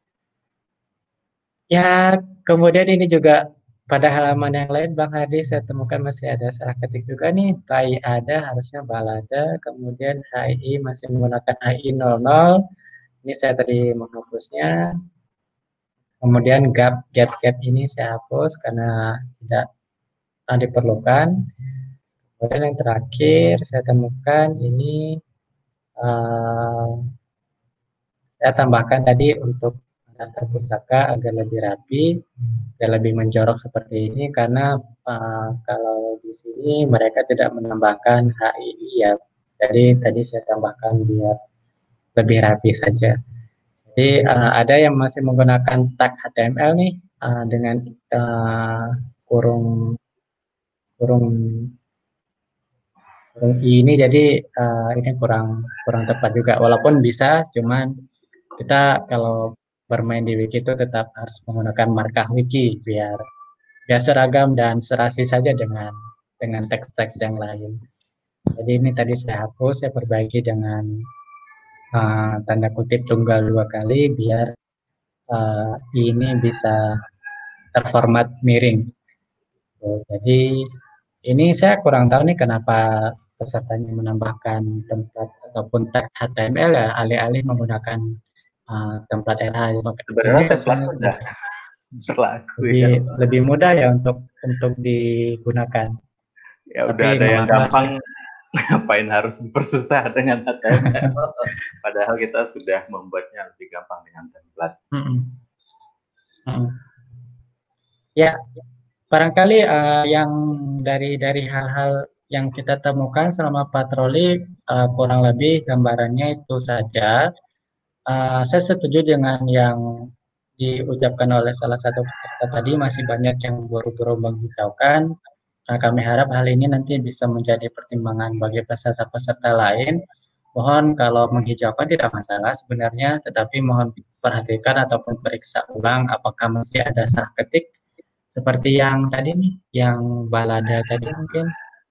Ya, kemudian ini juga pada halaman yang lain Bang Hadi saya temukan masih ada salah ketik juga nih. PAI ada, harusnya balada. Kemudian HI masih menggunakan HI 00. Ini saya tadi menghapusnya. Kemudian gap ini saya hapus karena tidak diperlukan. Kemudian yang terakhir saya temukan ini saya tambahkan tadi untuk daftar pusaka agar lebih rapi dan lebih menjorok seperti ini karena kalau di sini mereka tidak menambahkan HII ya. Jadi tadi saya tambahkan biar lebih rapi saja. Jadi ada yang masih menggunakan tag HTML nih dengan kurung ini, jadi ini kurang tepat juga. Walaupun bisa, cuman kita kalau bermain di wiki itu tetap harus menggunakan markah wiki biar seragam dan serasi saja dengan teks-teks yang lain. Jadi ini tadi saya hapus, saya perbaiki dengan tanda kutip tunggal 2 kali biar ini bisa terformat miring. Jadi ini saya kurang tahu nih kenapa pesertanya menambahkan template ataupun tag HTML ya, alih-alih menggunakan template RH. Sebenarnya Ini template sudah berlaku ya. lebih mudah ya untuk digunakan. Ya udah Tapi ada yang masalah gampang, ngapain harus dipersusah dengan HTML? Padahal kita sudah membuatnya lebih gampang dengan template. Ya, barangkali yang dari hal-hal yang kita temukan selama patroli kurang lebih gambarannya itu saja. Saya setuju dengan yang diucapkan oleh salah satu peserta tadi, masih banyak yang buru-buru menghijaukan. Kami harap hal ini nanti bisa menjadi pertimbangan bagi peserta-peserta lain. Mohon kalau menghijaukan tidak masalah sebenarnya, tetapi mohon perhatikan ataupun periksa ulang apakah masih ada salah ketik seperti yang tadi nih, yang balada tadi mungkin.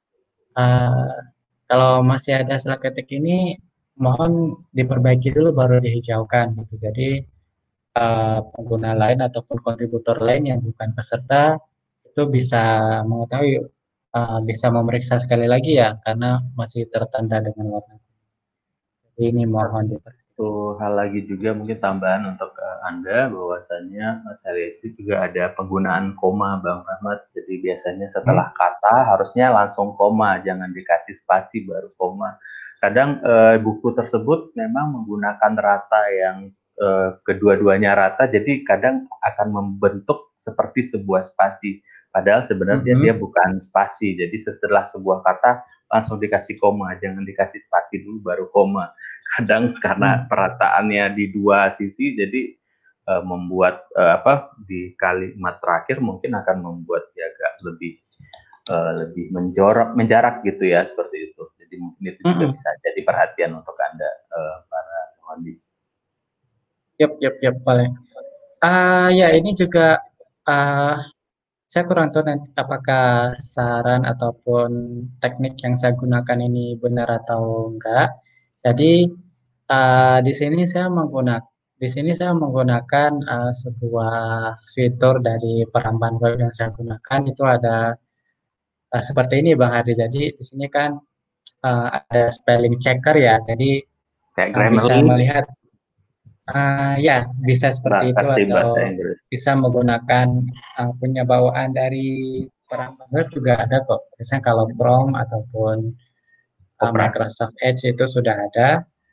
Kalau masih ada salah ketik ini, mohon diperbaiki dulu baru dihijaukan gitu. Jadi pengguna lain ataupun kontributor lain yang bukan peserta itu bisa mengetahui, bisa memeriksa sekali lagi ya, karena masih tertanda dengan warna. Jadi ini mohon diperhatikan. Satu hal lagi juga mungkin tambahan untuk Anda, bahwasannya saya lihat itu juga ada penggunaan koma, Bang Rahmat. Jadi biasanya setelah kata harusnya langsung koma, jangan dikasih spasi baru koma. Kadang buku tersebut memang menggunakan rata yang kedua-duanya rata, jadi kadang akan membentuk seperti sebuah spasi. Padahal sebenarnya dia bukan spasi. Jadi setelah sebuah kata langsung dikasih koma, jangan dikasih spasi dulu baru koma. Kadang karena perataannya di dua sisi, jadi membuat di kalimat terakhir mungkin akan membuat dia agak lebih menjarak gitu ya, seperti itu. Jadi mungkin itu juga bisa jadi perhatian untuk Anda para pengondi. Yap, boleh. Ya ini juga saya kurang tahu nanti apakah saran ataupun teknik yang saya gunakan ini benar atau enggak. Jadi di sini saya menggunakan sebuah fitur dari peramban web yang saya gunakan, itu ada seperti ini Bang Hadi. Jadi di sini kan ada spelling checker ya. Jadi bisa melihat ya bisa seperti itu, atau bisa menggunakan punya bawaan dari peramban web juga ada kok. Misalnya kalau Chrome ataupun Microsoft Edge itu sudah ada.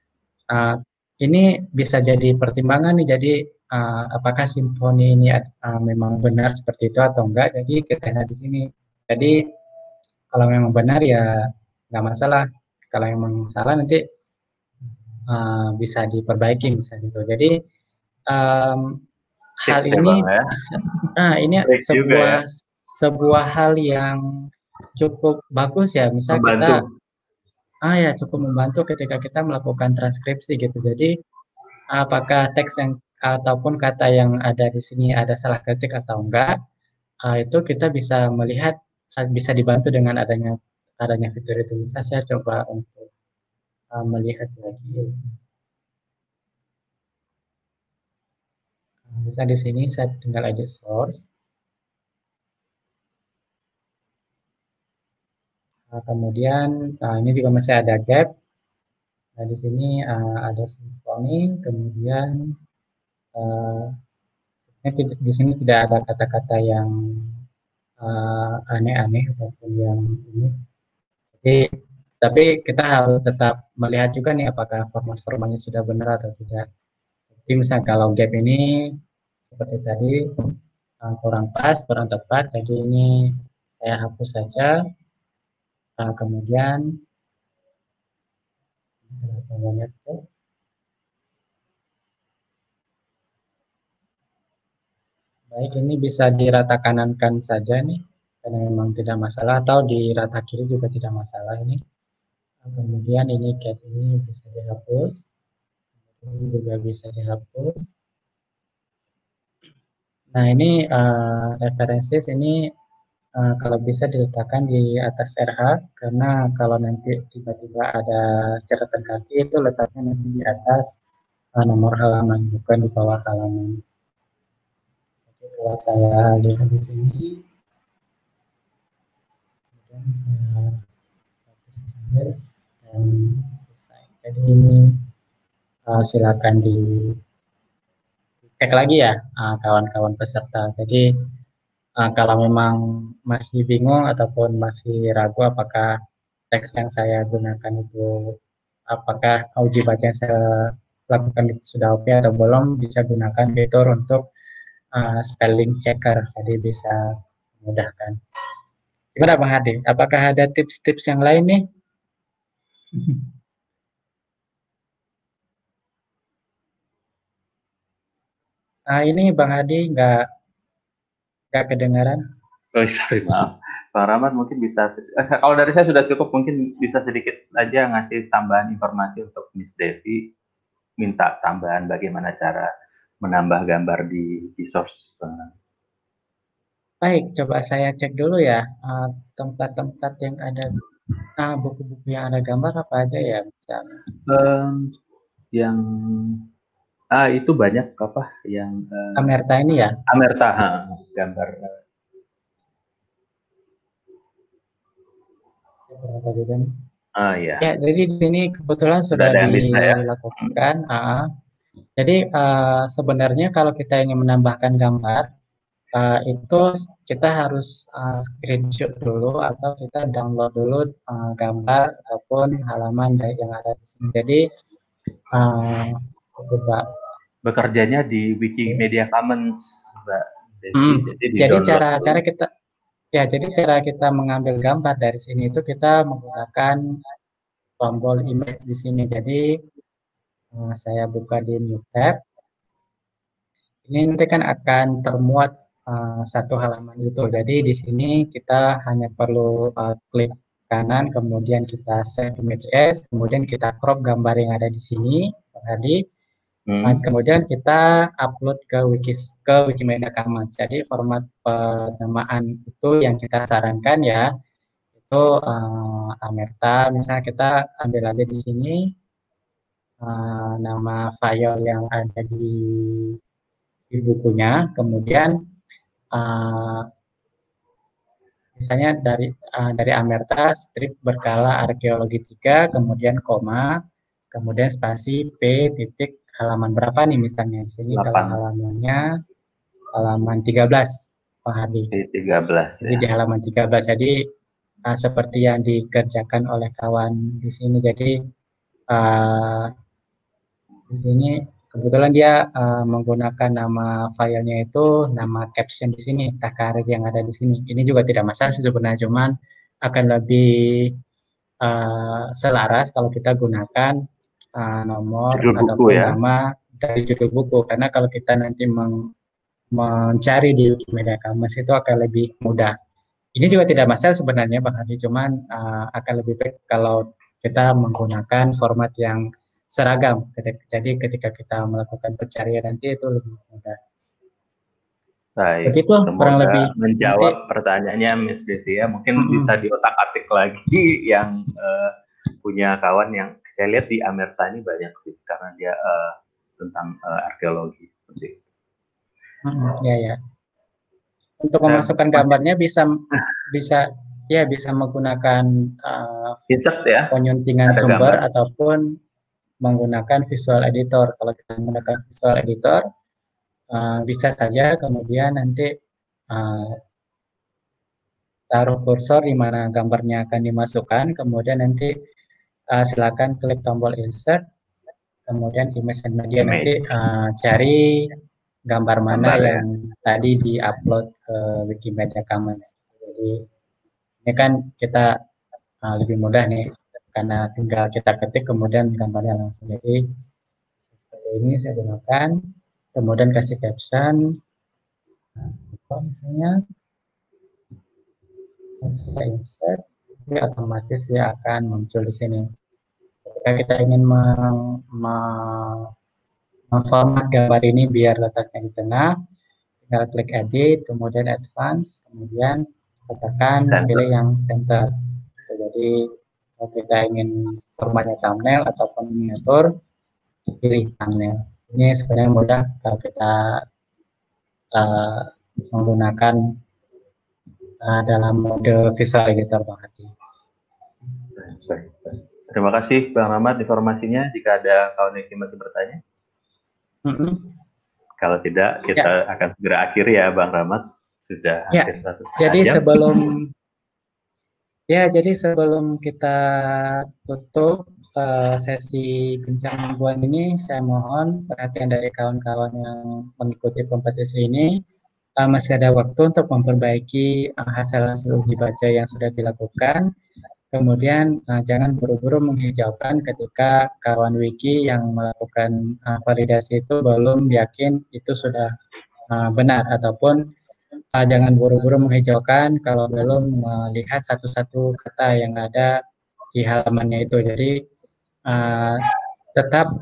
Ini bisa jadi pertimbangan nih. Jadi apakah Symfony ini memang benar seperti itu atau enggak? Jadi kita lihat di sini. Jadi kalau memang benar ya nggak masalah. Kalau memang salah nanti bisa diperbaiki misalnya gitu. Jadi hal ini bisa, ini sebuah hal yang cukup bagus ya. Misal kita ya cukup membantu ketika kita melakukan transkripsi gitu. Jadi apakah teks yang ataupun kata yang ada di sini ada salah ketik atau enggak, itu kita bisa melihat, bisa dibantu dengan adanya fitur itu. Bisa saya coba untuk melihat lagi. Bisa di sini saya tinggal edit source. Kemudian ini juga masih ada gap. Nah, di sini ada Symfony, kemudian di sini tidak ada kata-kata yang aneh-aneh ataupun yang ini. Tapi kita harus tetap melihat juga nih apakah format-formatnya sudah benar atau tidak. Jadi misalnya kalau gap ini seperti tadi kurang pas, kurang tepat, jadi ini saya hapus saja. Kemudian baik, ini bisa dirata kanankan saja nih, karena memang tidak masalah, atau di rata kiri juga tidak masalah ini. Kemudian ini gap ini bisa dihapus, ini juga bisa dihapus. Nah ini referensi ini kalau bisa diletakkan di atas RH, karena kalau nanti tiba-tiba ada catatan kaki itu letaknya nanti di atas nomor halaman, bukan di bawah halaman. Kalau saya lihat di sini, kemudian saya hapus dan selesai. Jadi ini silakan dicek lagi ya kawan-kawan peserta. Jadi kalau memang masih bingung ataupun masih ragu apakah teks yang saya gunakan itu, apakah uji baca yang saya lakukan itu sudah oke atau belum, bisa gunakan fitur untuk spelling checker, jadi bisa memudahkan. Gimana Bang Hadi? Apakah ada tips-tips yang lain nih? Ini Bang Hadi nggak kedengaran. Oh, sorry, maaf. Bang Rahmat mungkin bisa, kalau dari saya sudah cukup, mungkin bisa sedikit aja ngasih tambahan informasi untuk Miss Devi, minta tambahan bagaimana cara menambah gambar di source. Baik, coba saya cek dulu ya tempat-tempat yang ada buku-buku yang ada gambar apa aja ya misalnya. Yang itu banyak apa yang Amerta ini ya? Amerta, gambar. Ya, jadi di sini kebetulan sudah dilakukan. Jadi sebenarnya kalau kita ingin menambahkan gambar, itu kita harus screenshot dulu atau kita download dulu gambar ataupun halaman yang ada di sini. Jadi bekerjanya di Wikimedia Commons, Mbak. Jadi cara kita mengambil gambar dari sini itu kita menggunakan tombol image di sini. Jadi saya buka di new tab. Ini nanti kan akan termuat satu halaman itu. Jadi di sini kita hanya perlu klik kanan, kemudian kita save image as, kemudian kita crop gambar yang ada di sini, tadi. Kemudian kita upload ke Wikimedia Commons. Jadi format penamaan itu yang kita sarankan ya, itu Amerta. Misalnya kita ambil aja di sini nama file yang ada di bukunya, kemudian misalnya dari Amerta strip berkala arkeologi 3, kemudian koma, kemudian spasi P titik halaman berapa nih misalnya di sini. Kalau halamannya halaman 13 Pak Hadi. 13. Jadi di halaman 13. Jadi seperti yang dikerjakan oleh kawan di sini. Jadi di sini kebetulan dia menggunakan nama filenya itu nama caption di sini, takarir yang ada di sini. Ini juga tidak masalah sebenarnya, cuman akan lebih selaras kalau kita gunakan nomor ataupun nama dari judul buku, karena kalau kita nanti mencari di Wikimedia Commons itu akan lebih mudah. Ini juga tidak masalah sebenarnya Bang Hadi, cuman akan lebih baik kalau kita menggunakan format yang seragam. Jadi ketika kita melakukan pencarian nanti itu lebih mudah. Baik, begitu kurang lebih menjawab pertanyaannya Miss Devi ya. Mungkin bisa diotak-atik lagi yang punya kawan yang saya lihat di Amerta ini banyak sih, karena dia tentang arkeologi seperti itu. Ya. Untuk memasukkan gambarnya bisa menggunakan insert ya, penyuntingan sumber gambar, ataupun menggunakan visual editor. Kalau kita menggunakan visual editor bisa saja kemudian nanti taruh kursor di mana gambarnya akan dimasukkan, kemudian nanti silakan klik tombol insert, kemudian image and media, nanti cari gambar mana yang tadi di-upload ke Wikimedia Commons. Jadi ini kan kita lebih mudah nih, karena tinggal kita ketik kemudian gambarnya langsung. Jadi seperti ini saya gunakan, kemudian kasih caption, misalnya saya insert, jadi otomatis dia akan muncul di sini. Ketika kita ingin memformat gambar ini biar letaknya di tengah, tinggal klik edit, kemudian advance, kemudian tekan pilih yang center. Jadi kalau kita ingin formatnya thumbnail ataupun miniatur, pilih thumbnail. Ini sebenarnya mudah kalau kita menggunakan dalam mode visual editor Bang Hadi. Baik. Terima kasih Bang Rahmat informasinya. Jika ada kawan yang masih bertanya, kalau tidak kita akan segera akhiri ya Bang Rahmat. Sudah hampir 1 jam. Jadi sebelum kita tutup sesi bincang mingguan ini, saya mohon perhatian dari kawan-kawan yang mengikuti kompetisi ini. Masih ada waktu untuk memperbaiki hasil-hasil uji baca yang sudah dilakukan. Kemudian jangan buru-buru menghijaukan ketika kawan wiki yang melakukan validasi itu belum yakin itu sudah benar, ataupun jangan buru-buru menghijaukan kalau belum melihat satu-satu kata yang ada di halamannya itu. Jadi tetap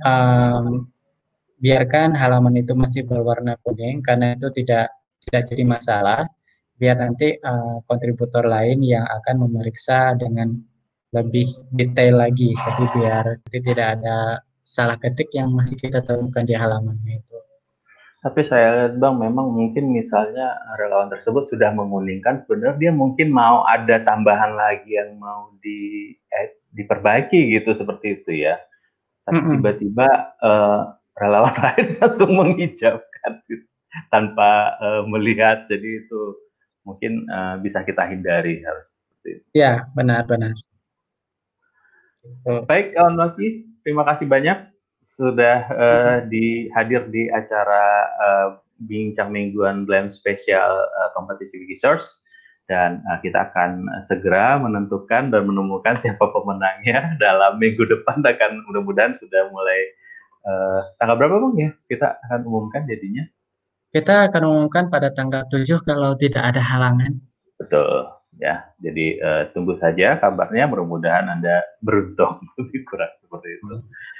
biarkan halaman itu masih berwarna kuning, karena itu tidak jadi masalah. Biar nanti kontributor lain yang akan memeriksa dengan lebih detail lagi. Jadi biar tidak ada salah ketik yang masih kita temukan di halamannya itu. Tapi saya lihat Bang, memang mungkin misalnya relawan tersebut sudah menguningkan, sebenarnya dia mungkin mau ada tambahan lagi yang mau diperbaiki gitu, seperti itu ya. Tapi tiba-tiba relawan lain langsung menghijaukan gitu, tanpa melihat, jadi itu mungkin bisa kita hindari, harus seperti itu. Ya, benar-benar. Baik kawan waki, terima kasih banyak sudah hadir di acara bincang mingguan BLEM spesial kompetisi Wikisource, dan kita akan segera menentukan dan menemukan siapa pemenangnya dalam minggu depan. Akan mudah-mudahan sudah mulai tanggal berapa Bang ya kita akan umumkan jadinya? Kita akan umumkan pada tanggal 7 kalau tidak ada halangan. Betul ya, jadi tunggu saja kabarnya, mudah-mudahan Anda beruntung. Lebih kurang seperti itu.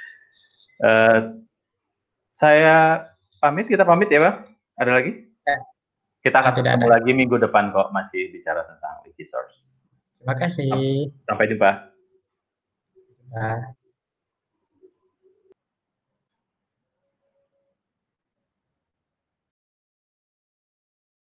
Saya pamit, kita pamit ya Bang. Ada lagi? Kita akan ketemu lagi minggu depan kok, masih bicara tentang Wikisource. Terima kasih. Sampai jumpa. Nah.